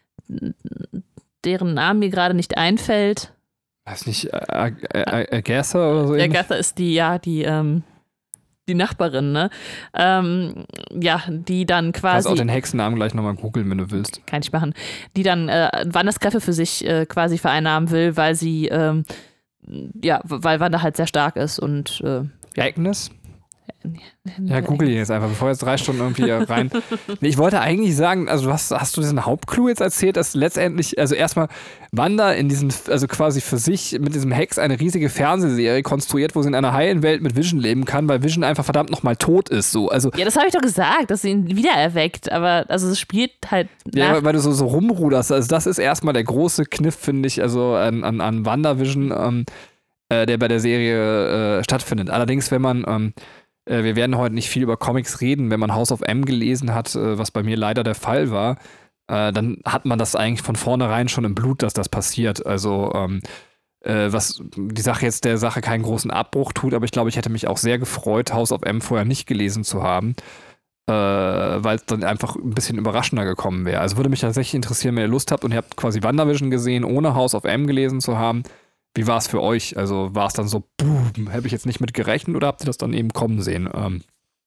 deren Name mir gerade nicht einfällt. weiß nicht, Ag- Ag- Agatha oder so? Ja, ähnlich? Agatha ist die, ja, die, ähm, die Nachbarin, ne? Ähm, ja, die dann Du kannst auch quasi. den Hexennamen gleich nochmal googeln, wenn du willst. Kann ich machen. Die dann äh, Wandas Kräfte für sich äh, quasi vereinnahmen will, weil sie, ähm, ja, weil Wanda halt sehr stark ist und. Äh, ja. Agnes? Ja, google ihn jetzt einfach, bevor jetzt drei Stunden irgendwie rein. Nee, ich wollte eigentlich sagen, also du hast, hast du diesen Hauptclou jetzt erzählt, dass letztendlich, also erstmal Wanda in diesen, also quasi für sich mit diesem Hex eine riesige Fernsehserie konstruiert, wo sie in einer heilen Welt mit Vision leben kann, weil Vision einfach verdammt nochmal tot ist. So. Also, Ja, das habe ich doch gesagt, dass sie ihn wiedererweckt, aber also es spielt halt. ja, nach- weil du so, so rumruderst. Also das ist erstmal der große Kniff, finde ich, also an, an, an WandaVision, ähm, äh, der bei der Serie äh, stattfindet. Allerdings, wenn man ähm, äh, wir werden heute nicht viel über Comics reden. Wenn man House of M gelesen hat, äh, was bei mir leider der Fall war, äh, dann hat man das eigentlich von vornherein schon im Blut, dass das passiert. Also, ähm, äh, was die Sache jetzt der Sache keinen großen Abbruch tut, aber ich glaube, ich hätte mich auch sehr gefreut, House of M vorher nicht gelesen zu haben, äh, weil es dann einfach ein bisschen überraschender gekommen wäre. Also würde mich tatsächlich interessieren, wenn ihr Lust habt und ihr habt quasi WandaVision gesehen, ohne House of M gelesen zu haben. Wie war es für euch? Also war es dann so, boom, habe ich jetzt nicht mit gerechnet oder habt ihr das dann eben kommen sehen? Ähm,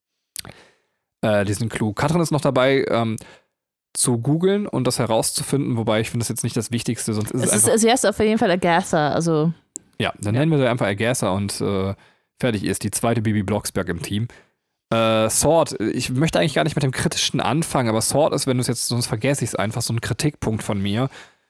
äh, diesen Clou. Katrin ist noch dabei, ähm, zu googeln und das herauszufinden, wobei ich finde das jetzt nicht das Wichtigste, sonst ist es, Es einfach... ist, sie heißt auf jeden Fall Agatha, also. Ja, dann nennen wir sie einfach Agatha und äh, fertig ist die zweite Bibi Blocksberg im Team. Äh, Sword, ich möchte eigentlich gar nicht mit dem Kritischen anfangen, aber Sword ist, wenn du es jetzt, sonst vergesse ich es einfach, so ein Kritikpunkt von mir.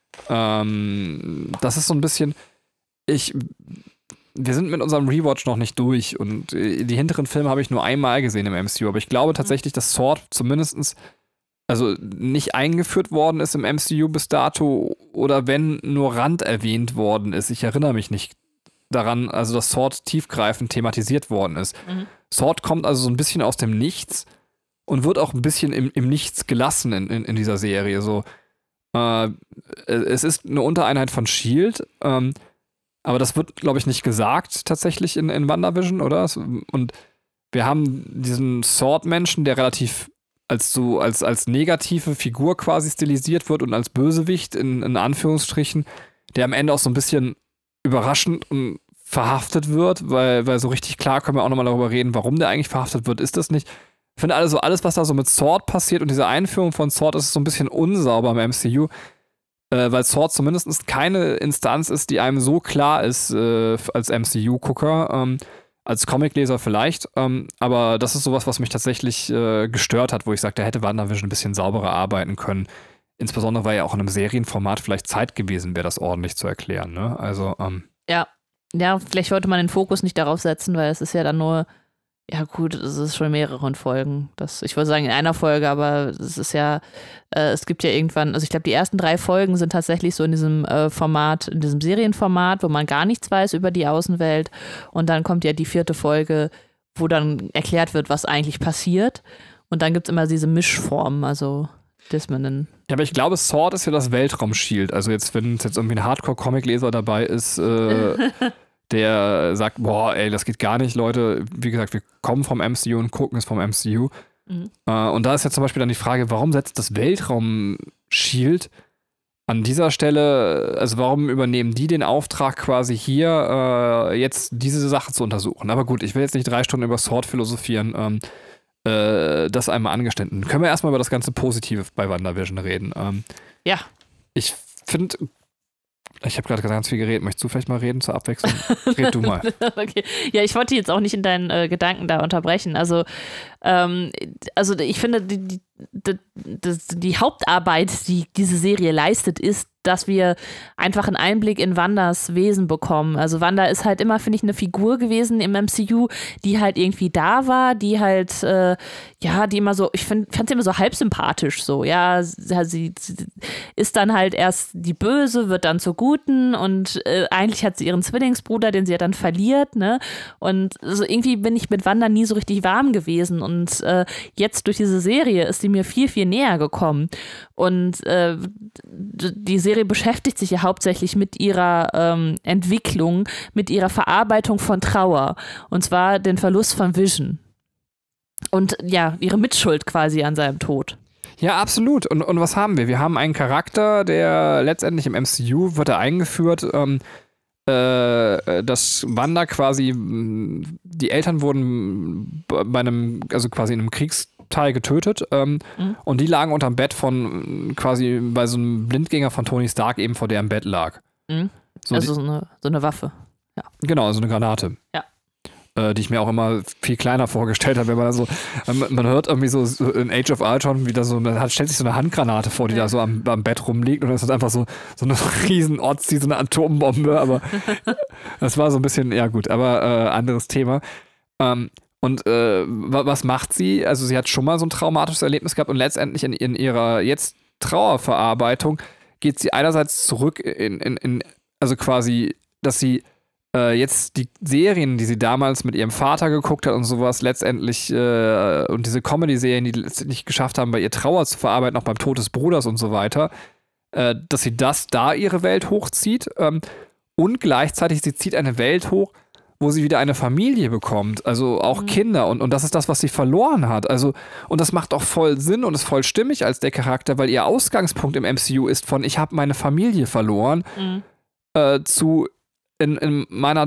Ähm, das ist so ein bisschen, ich, wir sind mit unserem Rewatch noch nicht durch und äh, die hinteren Filme habe ich nur einmal gesehen im M C U, aber ich glaube tatsächlich, dass Sword zumindestens also nicht eingeführt worden ist im M C U bis dato oder wenn nur Rand erwähnt worden ist. Ich erinnere mich nicht daran, also dass Sword tiefgreifend thematisiert worden ist. Mhm. Sword kommt also so ein bisschen aus dem Nichts und wird auch ein bisschen im, im Nichts gelassen in, in, in dieser Serie. So, äh, es ist eine Untereinheit von S H I E L D, ähm, aber das wird, glaube ich, nicht gesagt tatsächlich in, in WandaVision, oder? Und wir haben diesen Sword-Menschen, der relativ als so als, als negative Figur quasi stilisiert wird und als Bösewicht in, in Anführungsstrichen, der am Ende auch so ein bisschen überraschend und verhaftet wird, weil, weil so richtig klar können wir auch nochmal darüber reden, warum der eigentlich verhaftet wird, ist das nicht. Ich finde also alles, was da so mit Sword passiert und diese Einführung von Sword ist so ein bisschen unsauber im M C U, äh, weil Sword zumindest keine Instanz ist, die einem so klar ist äh, als M C U-Gucker, ähm, als Comicleser vielleicht, ähm, aber das ist sowas, was mich tatsächlich äh, gestört hat, wo ich sage, da hätte WandaVision ein bisschen sauberer arbeiten können. Insbesondere, weil ja auch in einem Serienformat vielleicht Zeit gewesen wäre, das ordentlich zu erklären. Ne? Also, ähm, Ja. Ja, vielleicht wollte man den Fokus nicht darauf setzen, weil es ist ja dann nur Ja gut, es ist schon in mehreren Folgen. Das, ich würde sagen in einer Folge, aber es ist ja, äh, es gibt ja irgendwann, also ich glaube die ersten drei Folgen sind tatsächlich so in diesem äh, Format, in diesem Serienformat, wo man gar nichts weiß über die Außenwelt und dann kommt ja die vierte Folge, wo dann erklärt wird, was eigentlich passiert und dann gibt es immer diese Mischformen, also dass man dann... Ja, aber ich glaube, Sword ist ja das Weltraum-Shield, also jetzt, wenn es jetzt irgendwie ein Hardcore-Comic-Leser dabei ist, äh, der sagt, boah, ey, das geht gar nicht, Leute. Wie gesagt, wir kommen vom M C U und gucken es vom M C U. Mhm. Äh, und da ist jetzt zum Beispiel dann die Frage, warum setzt das Weltraum-Shield an dieser Stelle, also warum übernehmen die den Auftrag quasi hier, äh, jetzt diese Sache zu untersuchen? Aber gut, ich will jetzt nicht drei Stunden über Sword philosophieren, ähm, äh, das einmal angestanden. Können wir erstmal über das ganze Positive bei WandaVision reden? Ähm, ja. Ich finde... Ich habe gerade ganz viel geredet. Möchtest du vielleicht mal reden zur Abwechslung? Red du mal. Okay. Ja, ich wollte jetzt auch nicht in deinen äh, Gedanken da unterbrechen. Also, ähm, also ich finde, die, die, die, die Hauptarbeit, die diese Serie leistet, ist, dass wir einfach einen Einblick in Wandas Wesen bekommen. Also Wanda ist halt immer, finde ich, eine Figur gewesen im M C U, die halt irgendwie da war, die halt, äh, ja, die immer so, ich fand sie immer so halb sympathisch so, ja, sie, sie ist dann halt erst die Böse, wird dann zur Guten und äh, eigentlich hat sie ihren Zwillingsbruder, den sie ja dann verliert, ne, und so irgendwie bin ich mit Wanda nie so richtig warm gewesen und äh, jetzt durch diese Serie ist sie mir viel, viel näher gekommen und äh, die Serie beschäftigt sich ja hauptsächlich mit ihrer ähm, Entwicklung, mit ihrer Verarbeitung von Trauer. Und zwar den Verlust von Vision. Und ja, ihre Mitschuld quasi an seinem Tod. Ja, absolut. Und, und was haben wir? Wir haben einen Charakter, der letztendlich im M C U wird er eingeführt, ähm, äh, dass Wanda quasi, die Eltern wurden bei einem, also quasi in einem Kriegsteil getötet ähm, mhm. und die lagen unterm Bett von quasi bei so einem Blindgänger von Tony Stark eben vor deren Bett lag. Mhm. So also die, so, eine, so eine Waffe. Ja. Genau, so eine Granate. Ja. Äh, die ich mir auch immer viel kleiner vorgestellt habe, wenn man so, man hört irgendwie so, so in Age of Ultron wieder so, man hat, stellt sich so eine Handgranate vor, die ja. da so am, am Bett rumliegt und das ist einfach so, so eine riesen Otzi, so eine Atombombe, aber das war so ein bisschen, ja gut, aber äh, anderes Thema. Ähm, und äh, was macht sie? Also sie hat schon mal so ein traumatisches Erlebnis gehabt und letztendlich in, in ihrer jetzt Trauerverarbeitung geht sie einerseits zurück in, in, in also quasi, dass sie jetzt die Serien, die sie damals mit ihrem Vater geguckt hat und sowas, letztendlich äh, und diese Comedy-Serien, die letztendlich geschafft haben, bei ihr Trauer zu verarbeiten, auch beim Tod des Bruders und so weiter, äh, dass sie das da ihre Welt hochzieht ähm, und gleichzeitig sie zieht eine Welt hoch, wo sie wieder eine Familie bekommt, also auch mhm. Kinder und, und das ist das, was sie verloren hat. Also, und das macht auch voll Sinn und ist voll stimmig als der Charakter, weil ihr Ausgangspunkt im M C U ist von ich habe meine Familie verloren mhm. äh, zu In, in meiner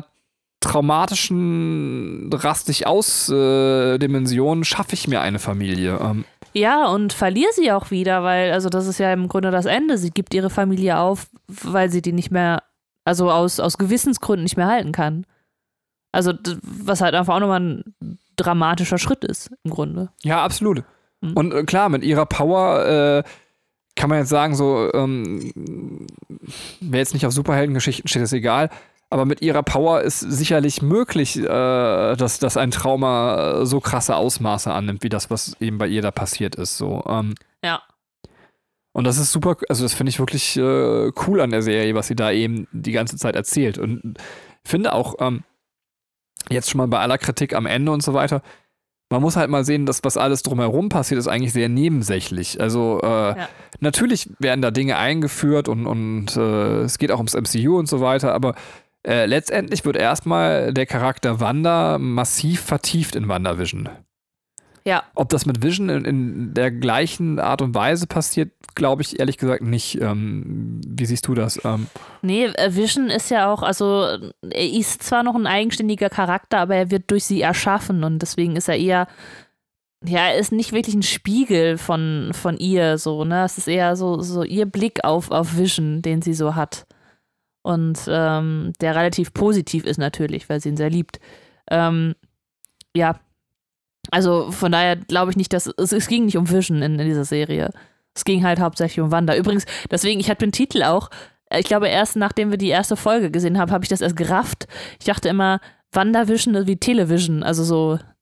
traumatischen rastig aus äh, Dimension schaffe ich mir eine Familie. Ähm. Ja, und verliere sie auch wieder, weil, also das ist ja im Grunde das Ende. Sie gibt ihre Familie auf, weil sie die nicht mehr, also aus, aus Gewissensgründen nicht mehr halten kann. Also, was halt einfach auch nochmal ein dramatischer Schritt ist, im Grunde. Ja, absolut. Mhm. Und äh, klar, mit ihrer Power äh, kann man jetzt sagen, so, ähm, wer jetzt nicht auf Superheldengeschichten steht, ist egal. Aber mit ihrer Power ist sicherlich möglich, äh, dass, dass ein Trauma so krasse Ausmaße annimmt, wie das, was eben bei ihr da passiert ist. So, ähm. Ja. Und das ist super, also das finde ich wirklich äh, cool an der Serie, was sie da eben die ganze Zeit erzählt. Und finde auch, ähm, jetzt schon mal bei aller Kritik am Ende und so weiter, man muss halt mal sehen, dass was alles drumherum passiert, ist eigentlich sehr nebensächlich. Also äh, ja. natürlich werden da Dinge eingeführt und, und äh, es geht auch ums M C U und so weiter, aber Äh, letztendlich wird erstmal der Charakter Wanda massiv vertieft in WandaVision. Ja. Ob das mit Vision in, in der gleichen Art und Weise passiert, glaube ich ehrlich gesagt nicht. Ähm, wie siehst du das? Ähm, nee, Vision ist ja auch, also er ist zwar noch ein eigenständiger Charakter, aber er wird durch sie erschaffen und deswegen ist er eher, ja, er ist nicht wirklich ein Spiegel von, von ihr, so, ne? Es ist eher so, so ihr Blick auf, auf Vision, den sie so hat. Und ähm, der relativ positiv ist natürlich, weil sie ihn sehr liebt. Ähm, ja, also von daher glaube ich nicht, dass es, es ging nicht um Vision in, in dieser Serie. Es ging halt hauptsächlich um Wanda. Übrigens, deswegen, ich hatte den Titel auch, ich glaube erst nachdem wir die erste Folge gesehen haben, habe ich das erst gerafft. Ich dachte immer, WandaVision ist wie Television, also so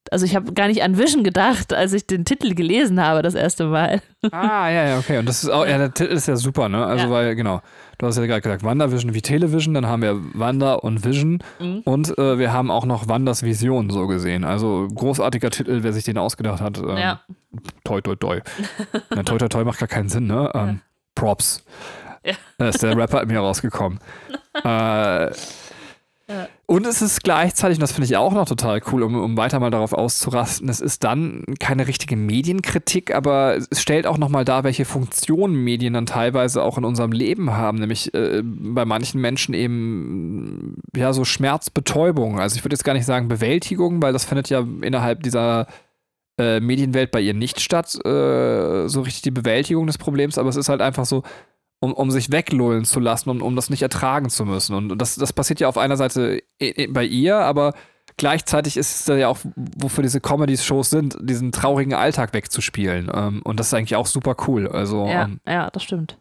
Also ich habe gar nicht an Vision gedacht, als ich den Titel gelesen habe das erste Mal. Ah, ja, ja, okay. Und das ist auch, ja, der Titel ist ja super, ne? Also, ja. weil, genau, du hast ja gerade gesagt, WandaVision wie Television, dann haben wir Wanda und Vision mhm. und äh, wir haben auch noch Wandas Vision so gesehen. Also, großartiger Titel, wer sich den ausgedacht hat. Ähm, ja. Toi, toi, toi. Na, toi, toi, toi macht gar keinen Sinn, ne? Ähm, ja. Props. Ja. Da ist der Rapper in mir rausgekommen. äh, Ja. Und es ist gleichzeitig, und das finde ich auch noch total cool, um, um weiter mal darauf auszurasten, es ist dann keine richtige Medienkritik, aber es stellt auch nochmal dar, welche Funktionen Medien dann teilweise auch in unserem Leben haben, nämlich äh, bei manchen Menschen eben ja so Schmerzbetäubung. Also ich würde jetzt gar nicht sagen Bewältigung, weil das findet ja innerhalb dieser äh, Medienwelt bei ihr nicht statt, äh, so richtig die Bewältigung des Problems, aber es ist halt einfach so, Um, um sich weglullen zu lassen und um, um das nicht ertragen zu müssen. Und das, das passiert ja auf einer Seite bei ihr, aber gleichzeitig ist es ja auch, wofür diese Comedy-Shows sind, diesen traurigen Alltag wegzuspielen. Und das ist eigentlich auch super cool. Also, ja, ähm, ja, das stimmt.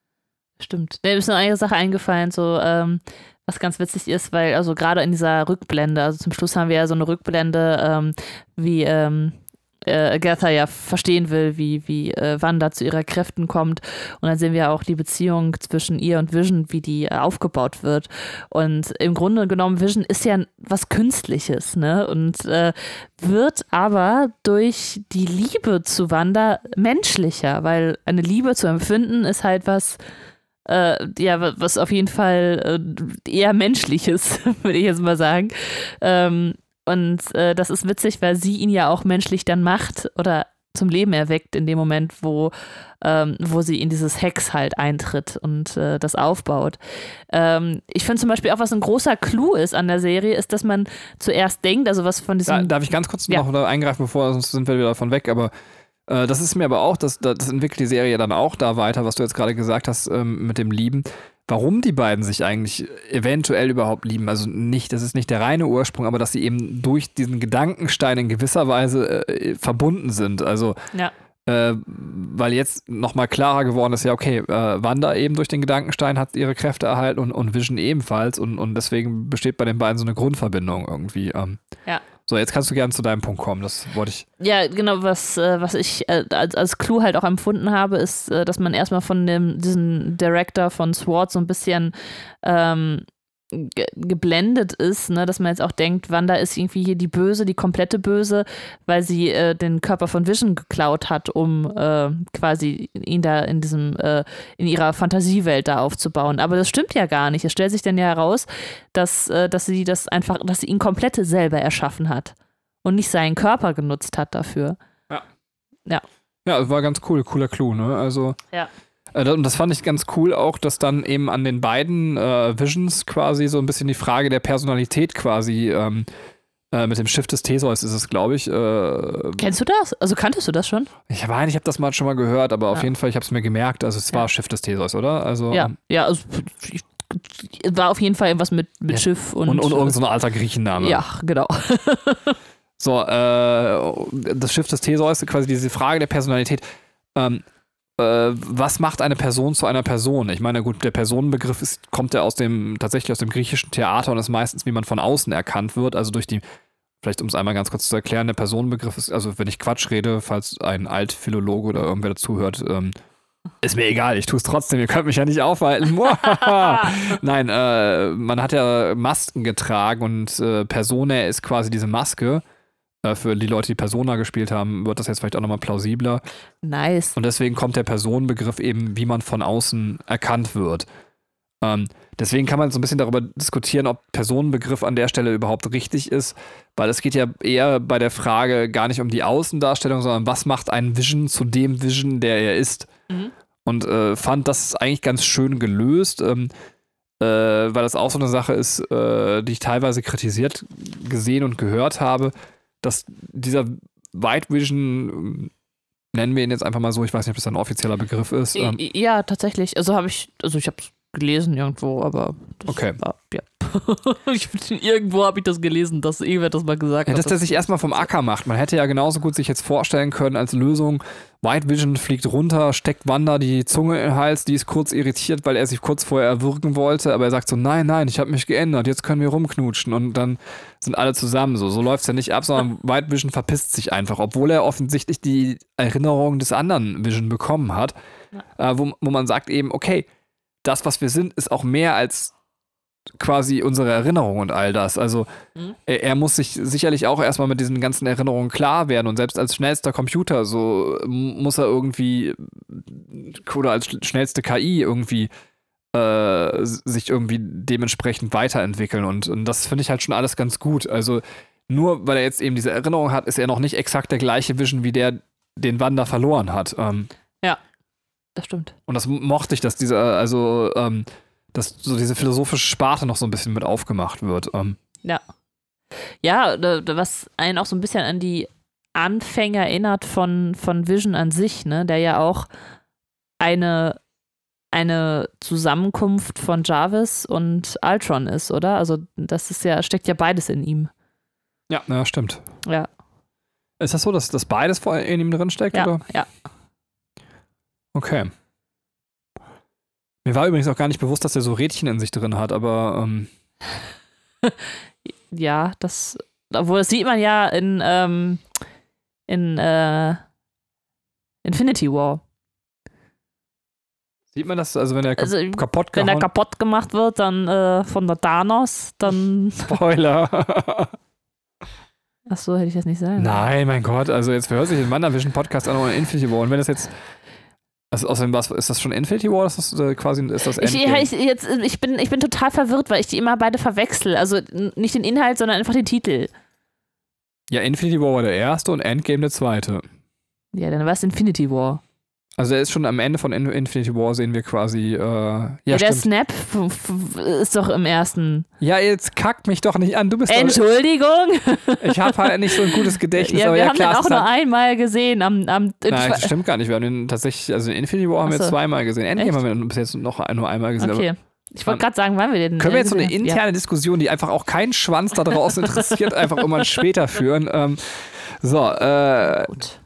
Stimmt. Mir ist noch eine Sache eingefallen, so, ähm, was ganz witzig ist, weil, also gerade in dieser Rückblende, also zum Schluss haben wir ja so eine Rückblende, ähm, wie, ähm, Agatha ja verstehen will, wie, wie äh, Wanda zu ihrer Kräften kommt. Und dann sehen wir auch die Beziehung zwischen ihr und Vision, wie die äh, aufgebaut wird. Und im Grunde genommen, Vision ist ja was Künstliches, ne? Und äh, wird aber durch die Liebe zu Wanda menschlicher, weil eine Liebe zu empfinden ist halt was, äh, ja, was auf jeden Fall äh, eher Menschliches, würde ich jetzt mal sagen. Ähm, Und äh, das ist witzig, weil sie ihn ja auch menschlich dann macht oder zum Leben erweckt in dem Moment, wo, ähm, wo sie in dieses Hex halt eintritt und äh, das aufbaut. Ähm, ich finde zum Beispiel auch, was ein großer Clou ist an der Serie, ist, dass man zuerst denkt, also was von diesem... Da, darf ich ganz kurz ja. noch eingreifen, bevor, sonst sind wir wieder davon weg, aber äh, das ist mir aber auch, das, das entwickelt die Serie dann auch da weiter, was du jetzt gerade gesagt hast ähm, mit dem Lieben. Warum die beiden sich eigentlich eventuell überhaupt lieben. Also nicht, das ist nicht der reine Ursprung, aber dass sie eben durch diesen Gedankenstein in gewisser Weise äh, verbunden sind. Also, ja. äh, weil jetzt nochmal klarer geworden ist, ja, okay, äh, Wanda eben durch den Gedankenstein hat ihre Kräfte erhalten und, und Vision ebenfalls und, und deswegen besteht bei den beiden so eine Grundverbindung irgendwie. Ähm. Ja. So, jetzt kannst du gerne zu deinem Punkt kommen, das wollte ich. Ja, genau, was, äh, was ich äh, als, als Clou halt auch empfunden habe, ist, äh, dass man erstmal von dem, diesem Director von SWORD so ein bisschen ähm, ge- geblendet ist, ne? Dass man jetzt auch denkt, Wanda ist irgendwie hier die Böse, die komplette Böse, weil sie äh, den Körper von Vision geklaut hat, um äh, quasi ihn da in diesem, äh, in ihrer Fantasiewelt da aufzubauen. Aber das stimmt ja gar nicht. Es stellt sich dann ja heraus, dass, äh, dass sie das einfach, dass sie ihn komplett selber erschaffen hat und nicht seinen Körper genutzt hat dafür. Ja. Ja. Ja, es war ganz cool, cooler Clou, ne? Also. Ja. Und das fand ich ganz cool auch, dass dann eben an den beiden äh, Visions quasi so ein bisschen die Frage der Personalität quasi ähm, äh, mit dem Schiff des Theseus ist es, glaube ich. Äh, Kennst du das? Also kanntest du das schon? Ich meine, ich habe das mal schon mal gehört, aber ja. auf jeden Fall, ich habe es mir gemerkt. Also es ja. war Schiff des Theseus, oder? Also, ja, ähm, ja, also ich, war auf jeden Fall irgendwas mit, mit ja. Schiff und... Und, und irgend so ein alter Griechenname. Ja, genau. So, äh, das Schiff des Theseus, quasi diese Frage der Personalität. Ähm, was macht eine Person zu einer Person? Ich meine, gut, der Personenbegriff ist, kommt ja aus dem, tatsächlich aus dem griechischen Theater und ist meistens, wie man von außen erkannt wird, also durch die, vielleicht um es einmal ganz kurz zu erklären, der Personenbegriff ist, also wenn ich Quatsch rede, falls ein Altphilologe oder irgendwer dazuhört, ähm, ist mir egal, ich tue es trotzdem, ihr könnt mich ja nicht aufhalten. Nein, äh, man hat ja Masken getragen und äh, Persona ist quasi diese Maske. Für die Leute, die Persona gespielt haben, wird das jetzt vielleicht auch nochmal plausibler. Nice. Und deswegen kommt der Personenbegriff eben, wie man von außen erkannt wird. Ähm, deswegen kann man so ein bisschen darüber diskutieren, ob Personenbegriff an der Stelle überhaupt richtig ist, weil es geht ja eher bei der Frage gar nicht um die Außendarstellung, sondern was macht einen Vision zu dem Vision, der er ist. Mhm. Und äh, fand das eigentlich ganz schön gelöst, ähm, äh, weil das auch so eine Sache ist, äh, die ich teilweise kritisiert gesehen und gehört habe, dass dieser White Vision, nennen wir ihn jetzt einfach mal so, ich weiß nicht, ob das ein offizieller Begriff ist. Ähm, ja, tatsächlich. Also habe ich, also ich habe es gelesen irgendwo, aber das okay. war, ja. ich, irgendwo habe ich das gelesen, dass irgendwer das mal gesagt ja, hat. Dass der sich erstmal vom Acker macht. Man hätte ja genauso gut sich jetzt vorstellen können als Lösung, White Vision fliegt runter, steckt Wanda die Zunge im Hals, die ist kurz irritiert, weil er sich kurz vorher erwürgen wollte, aber er sagt so, nein, nein, ich habe mich geändert, jetzt können wir rumknutschen und dann sind alle zusammen so. So läuft es ja nicht ab, sondern White Vision verpisst sich einfach, obwohl er offensichtlich die Erinnerung des anderen Vision bekommen hat, ja. äh, wo, wo man sagt eben, okay, das, was wir sind, ist auch mehr als quasi unsere Erinnerung und all das. Also mhm. er, er muss sich sicherlich auch erstmal mit diesen ganzen Erinnerungen klar werden und selbst als schnellster Computer so muss er irgendwie oder als schnellste K I irgendwie äh, sich irgendwie dementsprechend weiterentwickeln und, und das finde ich halt schon alles ganz gut. Also nur weil er jetzt eben diese Erinnerung hat, ist er noch nicht exakt der gleiche Vision wie der, den Wanda verloren hat. Ähm, ja, das stimmt. Und das mochte ich, dass dieser, also ähm, dass so diese philosophische Sparte noch so ein bisschen mit aufgemacht wird. Ähm. Ja. Ja, was einen auch so ein bisschen an die Anfänge erinnert von, von Vision an sich, ne, der ja auch eine, eine Zusammenkunft von Jarvis und Ultron ist, oder? Also das ist ja, steckt ja beides in ihm. Ja, ja, stimmt. Ja. Ist das so, dass, dass beides in ihm drin steckt? Ja, oder? ja. Okay. Mir war übrigens auch gar nicht bewusst, dass er so Rädchen in sich drin hat, aber ähm ja, das, obwohl das sieht man ja in, ähm, in äh, Infinity War. Sieht man das, also wenn er also, kaputt Wenn gehauen? er kaputt gemacht wird, dann äh, von der Thanos, dann Spoiler. Achso, hätte ich das nicht sagen. Nein, mein Gott, also jetzt verhört sich den WandaVision Podcast an in Infinity War und wenn das jetzt Also außerdem, was, ist das schon Infinity War? Ist das äh, quasi ist das Endgame? Ich, ich, jetzt, ich, bin, ich bin total verwirrt, weil ich die immer beide verwechsel. Also nicht den Inhalt, sondern einfach den Titel. Ja, Infinity War war der erste und Endgame der zweite. Ja, dann war es Infinity War. Also er ist schon am Ende von Infinity War, sehen wir quasi, äh, ja, ja, der stimmt. Snap f- f- ist doch im ersten. Ja, jetzt kackt mich doch nicht an, du bist Entschuldigung. Doch, ich habe halt nicht so ein gutes Gedächtnis. Ja, aber wir ja, haben klar, den auch halt, nur einmal gesehen. Am, am, nein, das stimmt gar nicht. Wir haben den tatsächlich, also in Infinity War haben Achso. wir zweimal gesehen. Endgame Echt? haben wir bis jetzt noch nur einmal gesehen. Okay. Aber ich wollte gerade sagen, wann wir den. Können wir jetzt so eine gesehen- interne ja. Diskussion, die einfach auch keinen Schwanz da draußen interessiert, einfach irgendwann später führen? Ähm, so, äh. Gut.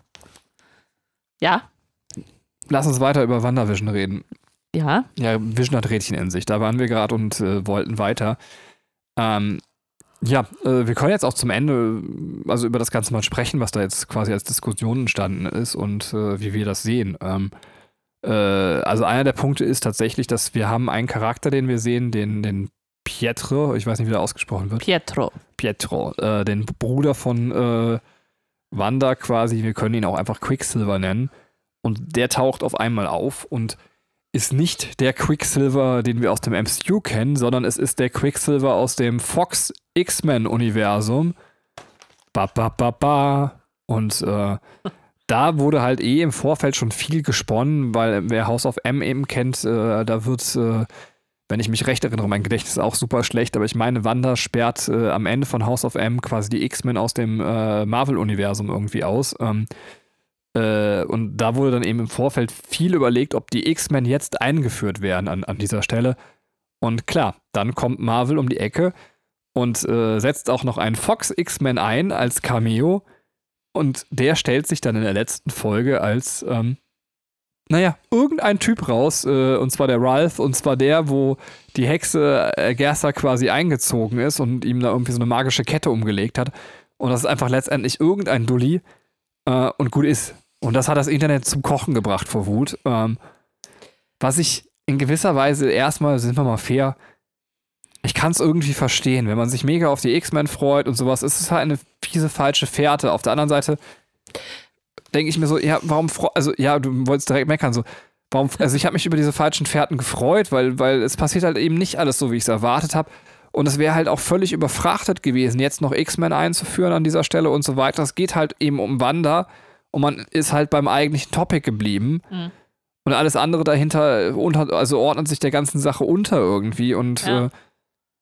Ja. Lass uns weiter über WandaVision reden. Ja. Ja, Vision hat Rädchen in sich. Da waren wir gerade und äh, wollten weiter. Ähm, ja, äh, wir können jetzt auch zum Ende also über das Ganze mal sprechen, was da jetzt quasi als Diskussion entstanden ist und äh, wie wir das sehen. Ähm, äh, also einer der Punkte ist tatsächlich, dass wir haben einen Charakter, den wir sehen, den, den Pietro, ich weiß nicht, wie der ausgesprochen wird. Pietro. Pietro, äh, den Bruder von äh, Wanda quasi. Wir können ihn auch einfach Quicksilver nennen. Und der taucht auf einmal auf und ist nicht der Quicksilver, den wir aus dem M C U kennen, sondern es ist der Quicksilver aus dem Fox X-Men-Universum. Ba, ba, ba, ba. Und äh, da wurde halt eh im Vorfeld schon viel gesponnen, weil wer House of M eben kennt, äh, da wird, äh, wenn ich mich recht erinnere, mein Gedächtnis ist auch super schlecht, aber ich meine, Wanda sperrt äh, am Ende von House of M quasi die X-Men aus dem äh, Marvel-Universum irgendwie aus. Ähm, Äh, und da wurde dann eben im Vorfeld viel überlegt, ob die X-Men jetzt eingeführt werden an, an dieser Stelle. Und klar, dann kommt Marvel um die Ecke und äh, setzt auch noch einen Fox X-Men ein als Cameo. Und der stellt sich dann in der letzten Folge als, ähm, naja, irgendein Typ raus. Äh, und zwar der Ralph. Und zwar der, wo die Hexe äh, Gersa quasi eingezogen ist und ihm da irgendwie so eine magische Kette umgelegt hat. Und das ist einfach letztendlich irgendein Dulli. Uh, und gut ist. Und das hat das Internet zum Kochen gebracht vor Wut. Um, was ich in gewisser Weise erstmal, sind wir mal fair, ich kann es irgendwie verstehen. Wenn man sich mega auf die X-Men freut und sowas, ist es halt eine fiese, falsche Fährte. Auf der anderen Seite denke ich mir so, ja, warum, fre- also ja, du wolltest direkt meckern, so, warum, also ich habe mich über diese falschen Fährten gefreut, weil, weil es passiert halt eben nicht alles so, wie ich es erwartet habe. Und es wäre halt auch völlig überfrachtet gewesen, jetzt noch X-Men einzuführen an dieser Stelle und so weiter. Es geht halt eben um Wanda und man ist halt beim eigentlichen Topic geblieben. Mhm. Und alles andere dahinter unter, also ordnet sich der ganzen Sache unter irgendwie. Und ja. äh,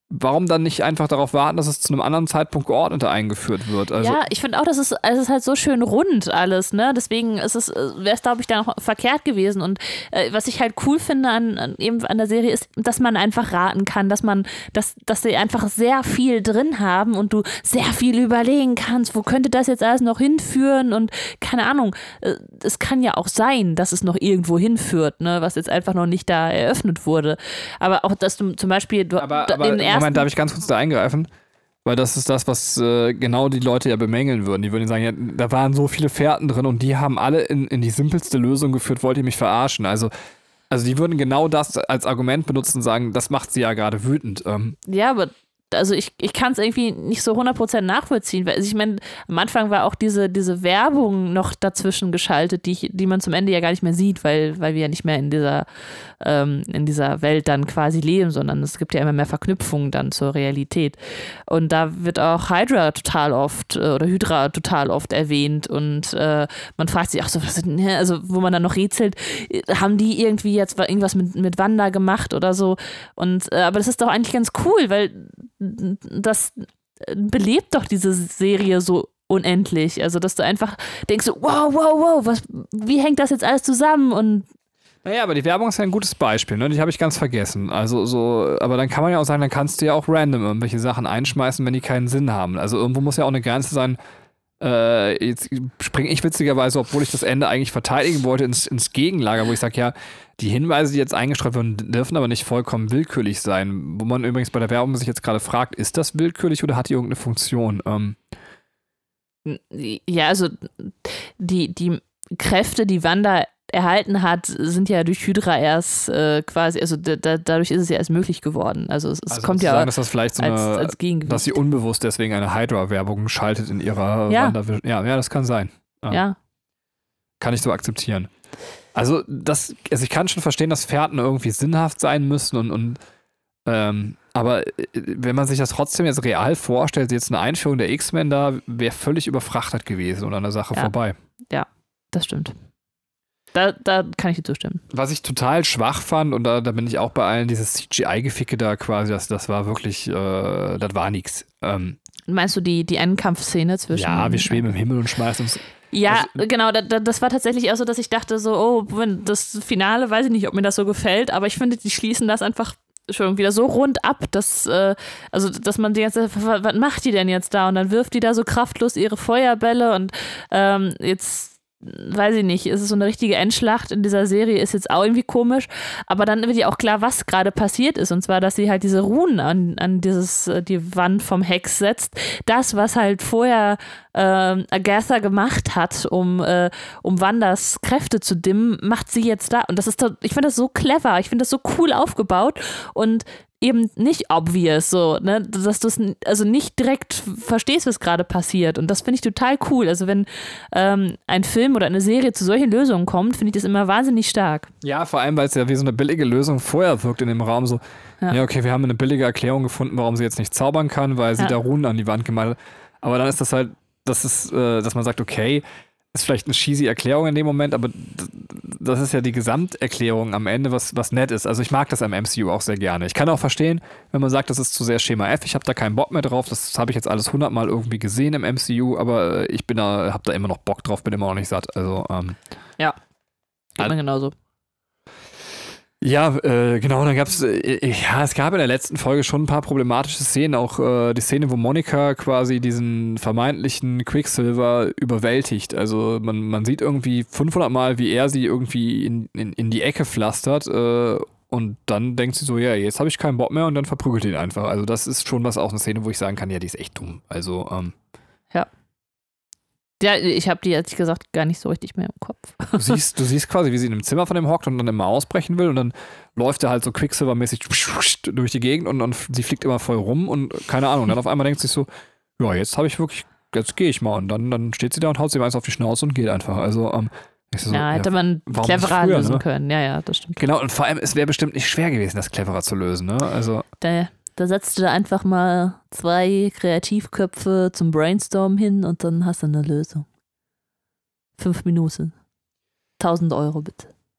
warum dann nicht einfach darauf warten, dass es zu einem anderen Zeitpunkt geordneter eingeführt wird? Also, ja, ich finde auch, das ist, es ist halt so schön rund alles, ne? Deswegen ist es, wäre es, glaube ich, dann auch verkehrt gewesen. Und äh, was ich halt cool finde an, an, eben an der Serie ist, dass man einfach raten kann, dass man, dass, dass sie einfach sehr viel drin haben und du sehr viel überlegen kannst, wo könnte das jetzt alles noch hinführen und keine Ahnung. Äh, es kann ja auch sein, dass es noch irgendwo hinführt, ne? Was jetzt einfach noch nicht da eröffnet wurde. Aber auch, dass du zum Beispiel du, aber, den aber ersten Moment, darf ich ganz kurz da eingreifen? Weil das ist das, was äh, genau die Leute ja bemängeln würden. Die würden sagen, ja, da waren so viele Fährten drin und die haben alle in, in die simpelste Lösung geführt, wollt ihr mich verarschen? Also, also die würden genau das als Argument benutzen und sagen, das macht sie ja gerade wütend. Ähm. Ja, aber also ich, ich kann es irgendwie nicht so hundert Prozent nachvollziehen, weil also ich meine, am Anfang war auch diese, diese Werbung noch dazwischen geschaltet, die, ich, die man zum Ende ja gar nicht mehr sieht, weil, weil wir ja nicht mehr in dieser, ähm, in dieser Welt dann quasi leben, sondern es gibt ja immer mehr Verknüpfungen dann zur Realität. Und da wird auch Hydra total oft äh, oder Hydra total oft erwähnt und äh, man fragt sich, ach so, was sind, ne? Also wo man dann noch rätselt, haben die irgendwie jetzt irgendwas mit, mit Wanda gemacht oder so und äh, aber das ist doch eigentlich ganz cool, weil das belebt doch diese Serie so unendlich. Also, dass du einfach denkst, so, wow, wow, wow, was, wie hängt das jetzt alles zusammen? Und naja, aber die Werbung ist ja ein gutes Beispiel, ne? Die habe ich ganz vergessen. Also so, aber dann kann man ja auch sagen, dann kannst du ja auch random irgendwelche Sachen einschmeißen, wenn die keinen Sinn haben. Also irgendwo muss ja auch eine Grenze sein. Äh, jetzt springe ich witzigerweise, obwohl ich das Ende eigentlich verteidigen wollte, ins, ins Gegenlager, wo ich sage, ja, die Hinweise, die jetzt eingestreut werden, dürfen aber nicht vollkommen willkürlich sein. Wo man übrigens bei der Werbung sich jetzt gerade fragt, ist das willkürlich oder hat die irgendeine Funktion? Ähm. Ja, also die, die Kräfte, die Wanda erhalten hat, sind ja durch Hydra erst äh, quasi, also da, da, dadurch ist es ja erst möglich geworden. Also es, es also kommt ja sagen, dass das vielleicht so eine, als, als Gegengewicht. dass sie unbewusst deswegen eine Hydra-Werbung schaltet in ihrer ja. Wandavision. Ja, ja, das kann sein. Ja. ja. Kann ich so akzeptieren. Also das, also ich kann schon verstehen, dass Fährten irgendwie sinnhaft sein müssen und, und ähm, aber wenn man sich das trotzdem jetzt real vorstellt, jetzt eine Einführung der X-Men da wäre völlig überfrachtet gewesen und an der Sache ja. vorbei. Ja, das stimmt. Da, da kann ich dir zustimmen. Was ich total schwach fand, und da, da bin ich auch bei allen, dieses C G I-Geficke da quasi, das, das war wirklich, äh, das war nix. Ähm, Meinst du die, die Endkampfszene zwischen... Ja, wir schweben im Himmel und schmeißen uns... Ja, also, genau, da, da, das war tatsächlich auch so, dass ich dachte so, oh, das Finale, weiß ich nicht, ob mir das so gefällt, aber ich finde, die schließen das einfach schon wieder so rund ab, dass, äh, also, dass man die ganze Zeit, was macht die denn jetzt da? Und dann wirft die da so kraftlos ihre Feuerbälle und ähm, jetzt weiß ich nicht, ist es so eine richtige Endschlacht in dieser Serie, ist jetzt auch irgendwie komisch, aber dann wird ja auch klar, was gerade passiert ist, und zwar, dass sie halt diese Runen an, an dieses, die Wand vom Hex setzt, das, was halt vorher äh, Agatha gemacht hat, um, äh, um Wandas Kräfte zu dimmen, macht sie jetzt da, und das ist, ich finde das so clever, ich finde das so cool aufgebaut und eben nicht obvious, so, ne, dass du es also nicht direkt verstehst, was gerade passiert, und das finde ich total cool. Also wenn ähm, ein Film oder eine Serie zu solchen Lösungen kommt, finde ich das immer wahnsinnig stark. Ja, vor allem, weil es ja wie so eine billige Lösung vorher wirkt in dem Raum, so, ja, ja okay, wir haben eine billige Erklärung gefunden, warum sie jetzt nicht zaubern kann, weil sie ja. da Runen an die Wand gemalt hat, aber dann ist das halt, das ist, äh, dass man sagt, okay, ist vielleicht eine cheesy Erklärung in dem Moment, aber das ist ja die Gesamterklärung am Ende, was, was nett ist. Also ich mag das am M C U auch sehr gerne. Ich kann auch verstehen, wenn man sagt, das ist zu sehr Schema F, ich habe da keinen Bock mehr drauf, das habe ich jetzt alles hundertmal irgendwie gesehen im M C U, aber ich bin da, habe da immer noch Bock drauf, bin immer noch nicht satt. Also ähm, ja, geht mir genauso. Ja, äh, genau, dann gab's, äh, ja, es gab in der letzten Folge schon ein paar problematische Szenen, auch äh, die Szene, wo Monica quasi diesen vermeintlichen Quicksilver überwältigt. Also man, man sieht irgendwie fünfhundert Mal, wie er sie irgendwie in, in, in die Ecke pflastert äh, und dann denkt sie so, ja, jetzt habe ich keinen Bock mehr, und dann verprügelt ihn einfach. Also das ist schon was, auch eine Szene, wo ich sagen kann, ja, die ist echt dumm. Also, ähm, ja. Ja, ich habe die, ehrlich gesagt, gar nicht so richtig mehr im Kopf. Du siehst, du siehst quasi, wie sie in einem Zimmer von dem hockt und dann immer ausbrechen will, und dann läuft er halt so Quicksilver-mäßig durch die Gegend und, und sie fliegt immer voll rum und keine Ahnung. Und dann auf einmal denkt sie so, ja, jetzt habe ich wirklich, jetzt gehe ich mal. Und dann, dann steht sie da und haut sie eins auf die Schnauze und geht einfach. Also, ähm, so, ja, hätte ja, man cleverer früher, lösen ne? können. Ja, ja, das stimmt. Genau, und vor allem, es wäre bestimmt nicht schwer gewesen, das cleverer zu lösen. Ne? Also, da, da setzt du einfach mal zwei Kreativköpfe zum Brainstorm hin und dann hast du eine Lösung. Fünf Minuten. Tausend Euro bitte.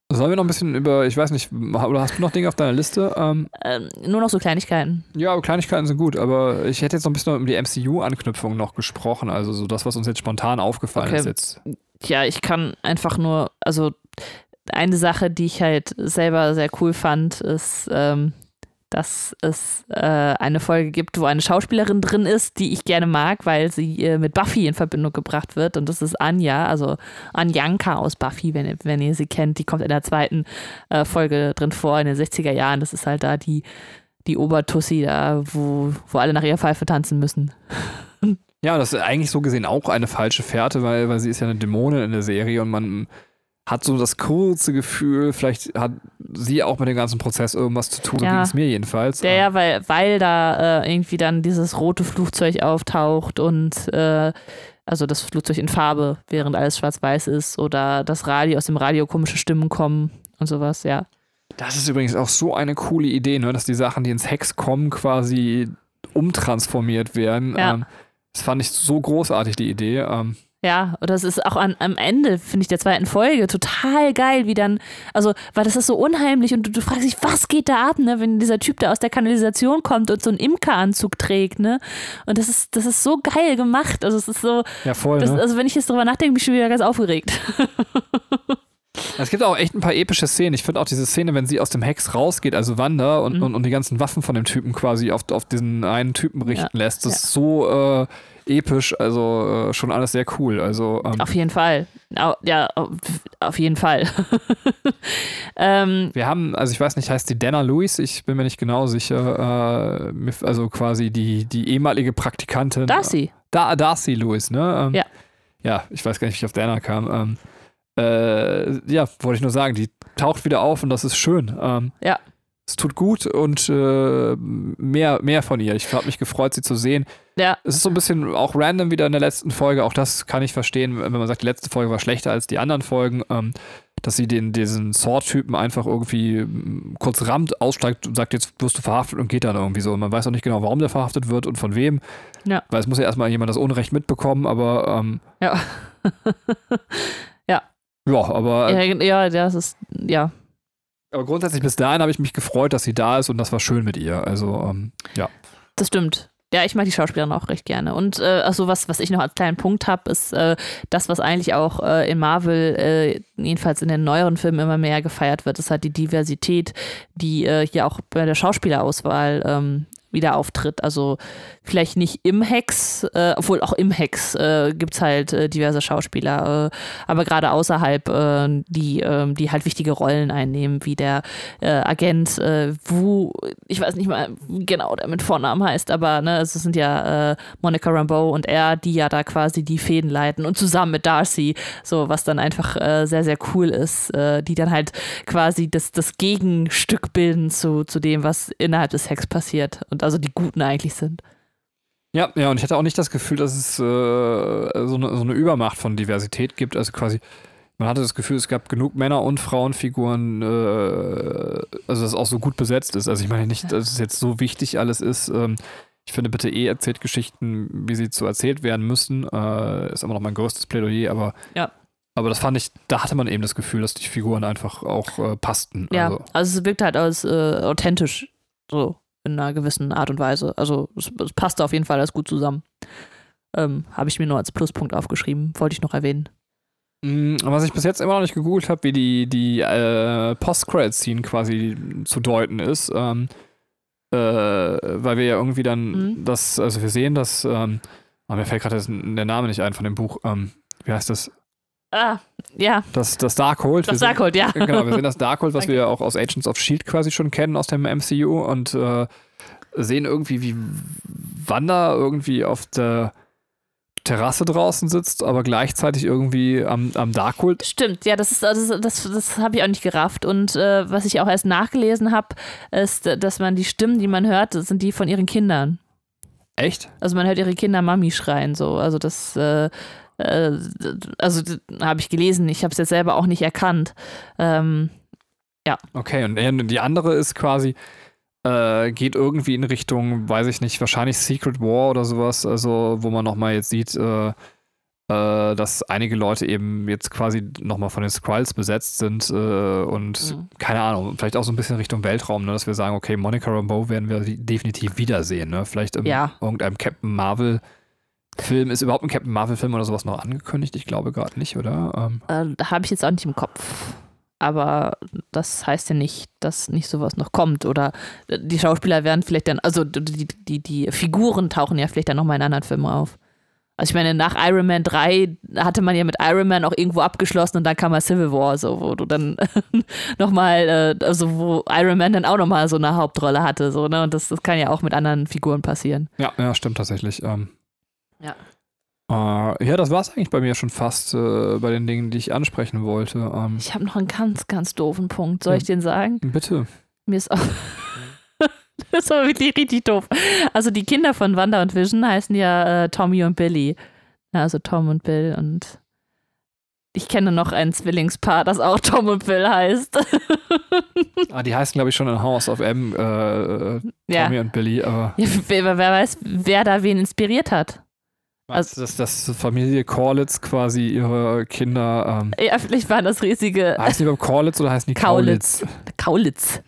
Sollen wir noch ein bisschen über, ich weiß nicht, oder hast du noch Dinge auf deiner Liste? Ähm, Ähm, nur noch so Kleinigkeiten. ja, aber Kleinigkeiten sind gut, aber ich hätte jetzt noch ein bisschen um die M C U-Anknüpfung noch gesprochen, also so das, was uns jetzt spontan aufgefallen Okay. ist jetzt. Ja, ich kann einfach nur, also eine Sache, die ich halt selber sehr cool fand, ist, ähm, dass es äh, eine Folge gibt, wo eine Schauspielerin drin ist, die ich gerne mag, weil sie äh, mit Buffy in Verbindung gebracht wird. Und das ist Anja, also Anjanka aus Buffy, wenn, wenn ihr sie kennt. Die kommt in der zweiten äh, Folge drin vor, in den sechziger Jahren. Das ist halt da die, die Obertussi da, wo, wo alle nach ihrer Pfeife tanzen müssen. Ja, das ist eigentlich so gesehen auch eine falsche Fährte, weil, weil sie ist ja eine Dämonin in der Serie und man hat so das kurze Gefühl, vielleicht hat sie auch mit dem ganzen Prozess irgendwas zu tun, so Ja. ging es mir jedenfalls. Ja, ja, weil, weil da äh, irgendwie dann dieses rote Flugzeug auftaucht und äh, also das Flugzeug in Farbe, während alles schwarz-weiß ist oder das Radio, aus dem Radio komische Stimmen kommen und sowas, ja. Das ist übrigens auch so eine coole Idee, ne, dass die Sachen, die ins Hex kommen, quasi umtransformiert werden. Ja. Ähm, das fand ich so großartig, die Idee. Ähm, Ja, und das ist auch an, am Ende, finde ich, der zweiten Folge total geil, wie dann, also, weil das ist so unheimlich und du, du fragst dich, was geht da ab, ne, wenn dieser Typ da aus der Kanalisation kommt und so einen Imkeranzug trägt, ne, und das ist, das ist so geil gemacht, also es ist so, ja, voll. das, Ne? also wenn ich jetzt drüber nachdenke, bin ich schon wieder ganz aufgeregt. Es gibt auch echt ein paar epische Szenen. Ich finde auch diese Szene, wenn sie aus dem Hex rausgeht, also Wanda und, Mhm. und, und die ganzen Waffen von dem Typen quasi auf, auf diesen einen Typen richten Ja, lässt, das ja. ist so äh, episch, also äh, schon alles sehr cool. Also ähm, Auf jeden Fall. Au, ja, auf, auf jeden Fall. ähm, wir haben, also ich weiß nicht, heißt die Dana Lewis? Ich bin mir nicht genau sicher. Äh, mir- also quasi die, die ehemalige Praktikantin. Darcy. Da, Darcy Lewis, ne? Ähm, Ja. Ja, ich weiß gar nicht, wie ich auf Dana kam. Ähm, äh, ja, wollte ich nur sagen, die taucht wieder auf und das ist schön. Ähm, Ja. Es tut gut und äh, mehr, mehr von ihr. Ich habe mich gefreut, sie zu sehen. Ja, Es ist so ein bisschen auch random wieder in der letzten Folge. Auch das kann ich verstehen, wenn man sagt, die letzte Folge war schlechter als die anderen Folgen. Ähm, dass sie den, diesen Sword-Typen einfach irgendwie ähm, kurz rammt, aussteigt und sagt, jetzt wirst du verhaftet und geht dann irgendwie so. Und man weiß auch nicht genau, warum der verhaftet wird und von wem. Ja. Weil es muss ja erstmal jemand das Unrecht mitbekommen, aber ähm, ja. ja, aber, ja, ja, das ist, ja. aber grundsätzlich bis dahin habe ich mich gefreut, dass sie da ist und das war schön mit ihr. Also, ähm, ja. Das stimmt. Ja, ich mag die Schauspielerin auch recht gerne. Und äh, also was, was ich noch als kleinen Punkt habe, ist äh, das, was eigentlich auch äh, in Marvel, äh, jedenfalls in den neueren Filmen immer mehr gefeiert wird, ist halt die Diversität, die äh, hier auch bei der Schauspielerauswahl ähm, wieder auftritt. Also vielleicht nicht im Hex, äh, obwohl auch im Hex äh, gibt es halt äh, diverse Schauspieler, äh, aber gerade außerhalb, äh, die, äh, die halt wichtige Rollen einnehmen, wie der äh, Agent äh, Wu, ich weiß nicht mal wie genau der mit Vornamen heißt, aber ne, es sind ja äh, Monica Rambeau und er, die ja da quasi die Fäden leiten und zusammen mit Darcy, so was dann einfach äh, sehr, sehr cool ist, äh, die dann halt quasi das, das Gegenstück bilden zu, zu dem, was innerhalb des Hex passiert und also die Guten eigentlich sind. Ja, ja, und ich hatte auch nicht das Gefühl, dass es äh, so, eine, so eine Übermacht von Diversität gibt. Also quasi, man hatte das Gefühl, es gab genug Männer- und Frauenfiguren, äh, also dass es auch so gut besetzt ist. Also ich meine nicht, dass es jetzt so wichtig alles ist. Ähm, ich finde, bitte eh erzählt Geschichten, wie sie zu erzählt werden müssen. Äh, ist immer noch mein größtes Plädoyer, aber Ja. aber das fand ich, da hatte man eben das Gefühl, dass die Figuren einfach auch äh, passten. Ja, Also. also es wirkt halt als äh, authentisch, so in einer gewissen Art und Weise. Also es, es passt auf jeden Fall alles gut zusammen. Ähm, Habe ich mir nur als Pluspunkt aufgeschrieben, wollte ich noch erwähnen. Mm, Was ich bis jetzt immer noch nicht gegoogelt habe, wie die, die äh, Post-Credit-Scene quasi zu deuten ist, ähm, äh, weil wir ja irgendwie dann Mhm. das, also wir sehen, dass, ähm, oh, mir fällt gerade das- der Name nicht ein von dem Buch, ähm, wie heißt das? Ah, ja, Das, das Darkhold. das Darkhold, ja. Genau, wir sehen das Darkhold, was Danke. wir ja auch aus Agents of S H I E L D quasi schon kennen aus dem M C U und äh, sehen irgendwie, wie Wanda irgendwie auf der Terrasse draußen sitzt, aber gleichzeitig irgendwie am, am Darkhold. Stimmt, ja, das ist das, das, das habe ich auch nicht gerafft. Und äh, was ich auch erst nachgelesen habe, ist, dass man die Stimmen, die man hört, das sind die von ihren Kindern. Echt? Also man hört ihre Kinder Mami schreien, so. Also das, äh, äh, also habe ich gelesen. Ich habe es jetzt selber auch nicht erkannt. Ähm, Okay, und die andere ist quasi, äh, geht irgendwie in Richtung, weiß ich nicht, wahrscheinlich Secret War oder sowas, also wo man nochmal jetzt sieht, äh, äh, dass einige Leute eben jetzt quasi nochmal von den Skrulls besetzt sind äh, und mhm. keine Ahnung, vielleicht auch so ein bisschen Richtung Weltraum, ne, dass wir sagen, okay, Monica Rambeau werden wir definitiv wiedersehen. Ne? Vielleicht in ja. irgendeinem Captain Marvel Film. Ist überhaupt ein Captain Marvel-Film oder sowas noch angekündigt? Ich glaube gerade nicht, oder? Ähm. Äh, habe ich jetzt auch nicht im Kopf. Aber das heißt ja nicht, dass nicht sowas noch kommt. Oder die Schauspieler werden vielleicht dann, also die, die, die Figuren tauchen ja vielleicht dann nochmal in anderen Filmen auf. Also ich meine, nach Iron Man drei hatte man ja mit Iron Man auch irgendwo abgeschlossen und dann kam mal Civil War, so, wo du dann nochmal, äh, also wo Iron Man dann auch nochmal so eine Hauptrolle hatte. So, ne? Und das, das kann ja auch mit anderen Figuren passieren. Ja, ja, stimmt tatsächlich. Ähm. Ja. Uh, ja, das war es eigentlich bei mir schon fast äh, bei den Dingen, die ich ansprechen wollte. Ähm, ich habe noch einen ganz, ganz doofen Punkt. Soll ja, ich den sagen? Bitte. Mir ist auch. Das ist aber wirklich richtig doof. Also die Kinder von Wanda und Vision heißen ja äh, Tommy und Billy. Also Tom und Bill. Und ich kenne noch ein Zwillingspaar, das auch Tom und Bill heißt. Ah, die heißen, glaube ich, schon in House of M, äh, Tommy ja. und Billy. Aber ja, wer, wer weiß, wer da wen inspiriert hat. Also, dass das Familie Corlitz quasi ihre Kinder. Ähm, ja, vielleicht waren das riesige. Heißen die beim Corlitz oder heißen die Kaulitz? Kaulitz.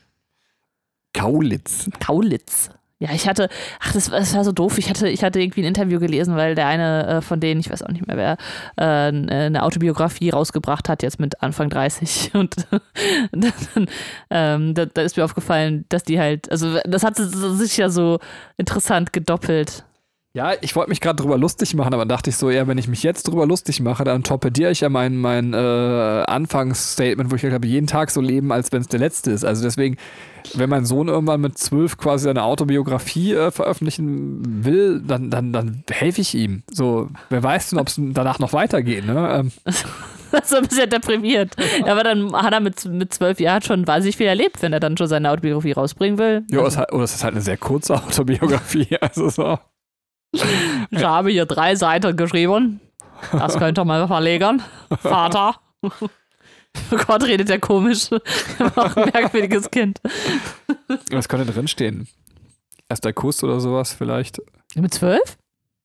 Kaulitz. Kaulitz. Ja, ich hatte, ach, das, das war so doof. Ich hatte, ich hatte irgendwie ein Interview gelesen, weil der eine äh, von denen, ich weiß auch nicht mehr wer, äh, eine Autobiografie rausgebracht hat, jetzt mit Anfang dreißig. Und dann, ähm, da, da ist mir aufgefallen, dass die halt, also das hat sich ja so interessant gedoppelt. Ja, ich wollte mich gerade drüber lustig machen, aber dachte ich so, ja, wenn ich mich jetzt drüber lustig mache, dann torpediere ich ja mein, mein äh, Anfangsstatement, wo ich gesagt habe, jeden Tag so leben, als wenn es der letzte ist. Also deswegen, wenn mein Sohn irgendwann mit zwölf quasi seine Autobiografie äh, veröffentlichen will, dann, dann, dann helfe ich ihm. So, wer weiß denn, ob es danach noch weitergeht, ne? Ähm. Das ist so ein bisschen deprimiert. Aber dann hat er mit, mit zwölf Jahren schon wahnsinnig viel erlebt, wenn er dann schon seine Autobiografie rausbringen will. Ja, also. Oder es ist halt eine sehr kurze Autobiografie, also so. Ich habe hier drei Seiten geschrieben. Das könnte mal verlegen. Vater. Oh Gott, redet der komisch. Auch ein merkwürdiges Kind. Was könnte drinstehen? Erster Kuss oder sowas vielleicht? Mit zwölf?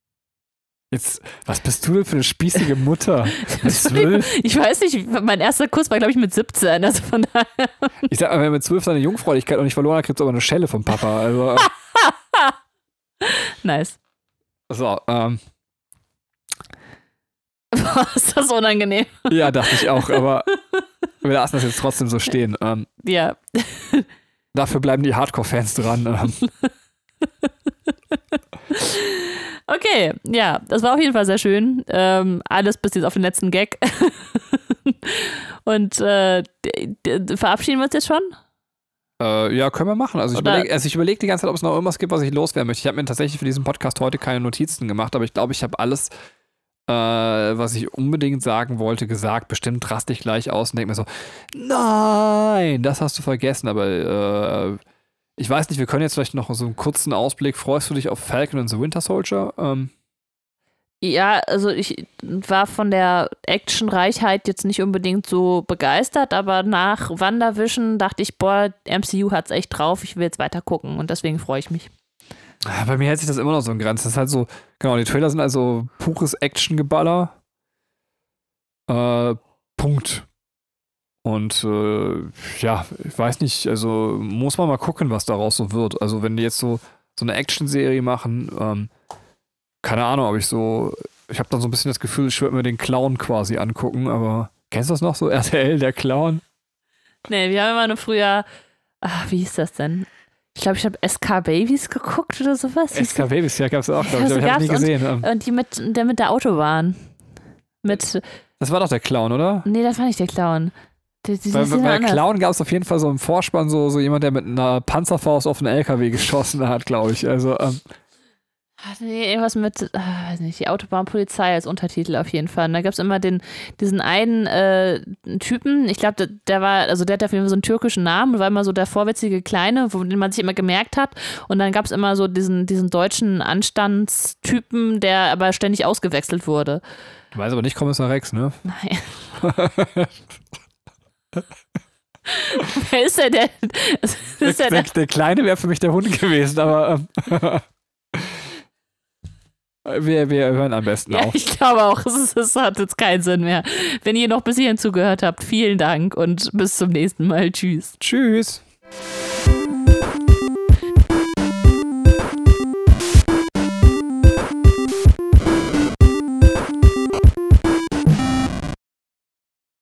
Jetzt, was bist du denn für eine spießige Mutter? Mit zwölf? Ich weiß nicht, mein erster Kuss war, glaube ich, mit siebzehn. Also von daher. Ich sag mal, wenn mit zwölf seine Jungfräulichkeit noch nicht verloren hat, kriegt es aber eine Schelle vom Papa. Also. Nice. So, ähm. Boah, ist das unangenehm. Ja, dachte ich auch, aber wir lassen das jetzt trotzdem so stehen. Ähm, ja. Dafür bleiben die Hardcore-Fans dran. Ähm. Okay, ja, das war auf jeden Fall sehr schön. Ähm, alles bis jetzt auf den letzten Gag. Und äh, d- d- verabschieden wir uns jetzt schon? Äh, ja, können wir machen. Also ich überlege also ich überleg die ganze Zeit, ob es noch irgendwas gibt, was ich loswerden möchte. Ich habe mir tatsächlich für diesen Podcast heute keine Notizen gemacht, aber ich glaube, ich habe alles, äh, was ich unbedingt sagen wollte, gesagt. Bestimmt raste ich gleich aus und denke mir so, nein, das hast du vergessen. Aber äh, ich weiß nicht, wir können jetzt vielleicht noch so einen kurzen Ausblick. Freust du dich auf Falcon and the Winter Soldier? Ähm, Ja, also ich war von der Actionreichheit jetzt nicht unbedingt so begeistert, aber nach WandaVision dachte ich, boah, M C U hat's echt drauf, ich will jetzt weiter gucken und deswegen freue ich mich. Bei mir hält sich das immer noch so in Grenzen. Das ist halt so, genau, die Trailer sind also pures Actiongeballer. Äh, Punkt. Und äh, ja, ich weiß nicht, also muss man mal gucken, was daraus so wird. Also wenn die jetzt so, so eine Action-Serie machen, ähm, keine Ahnung, ob ich so, ich habe dann so ein bisschen das Gefühl, ich würde mir den Clown quasi angucken, aber kennst du das noch so, R T L, der Clown? Nee, wir haben immer nur früher, ach, wie hieß das denn? Ich glaube, ich habe S K Babies geguckt oder sowas. S K Babies, ja, gab's auch, glaube ich, ja, aber ich habe nie gesehen. Und, und die mit, der mit der Autobahn. Mit, das war doch der Clown, oder? Nee, das war nicht der Clown. Die, die, bei bei der Clown gab es auf jeden Fall so im Vorspann so, so jemand, der mit einer Panzerfaust auf einen L K W geschossen hat, glaube ich. Also, ähm, Nee, irgendwas mit, ah, weiß nicht, die Autobahnpolizei als Untertitel auf jeden Fall. Und da gab es immer den, diesen einen äh, Typen, ich glaube, der, der war, also der hat auf jeden Fall so einen türkischen Namen, war immer so der vorwitzige Kleine, wo, den man sich immer gemerkt hat. Und dann gab es immer so diesen, diesen deutschen Anstandstypen, der aber ständig ausgewechselt wurde. Du weißt aber nicht Kommissar Rex, ne? Nein. Wer ist denn der? Ist der, der, der, der Kleine wäre für mich der Hund gewesen, aber ähm, Wir, wir hören am besten Ja, auf. ich glaube auch, es, es hat jetzt keinen Sinn mehr. Wenn ihr noch bis hierhin zugehört habt, vielen Dank und bis zum nächsten Mal. Tschüss. Tschüss.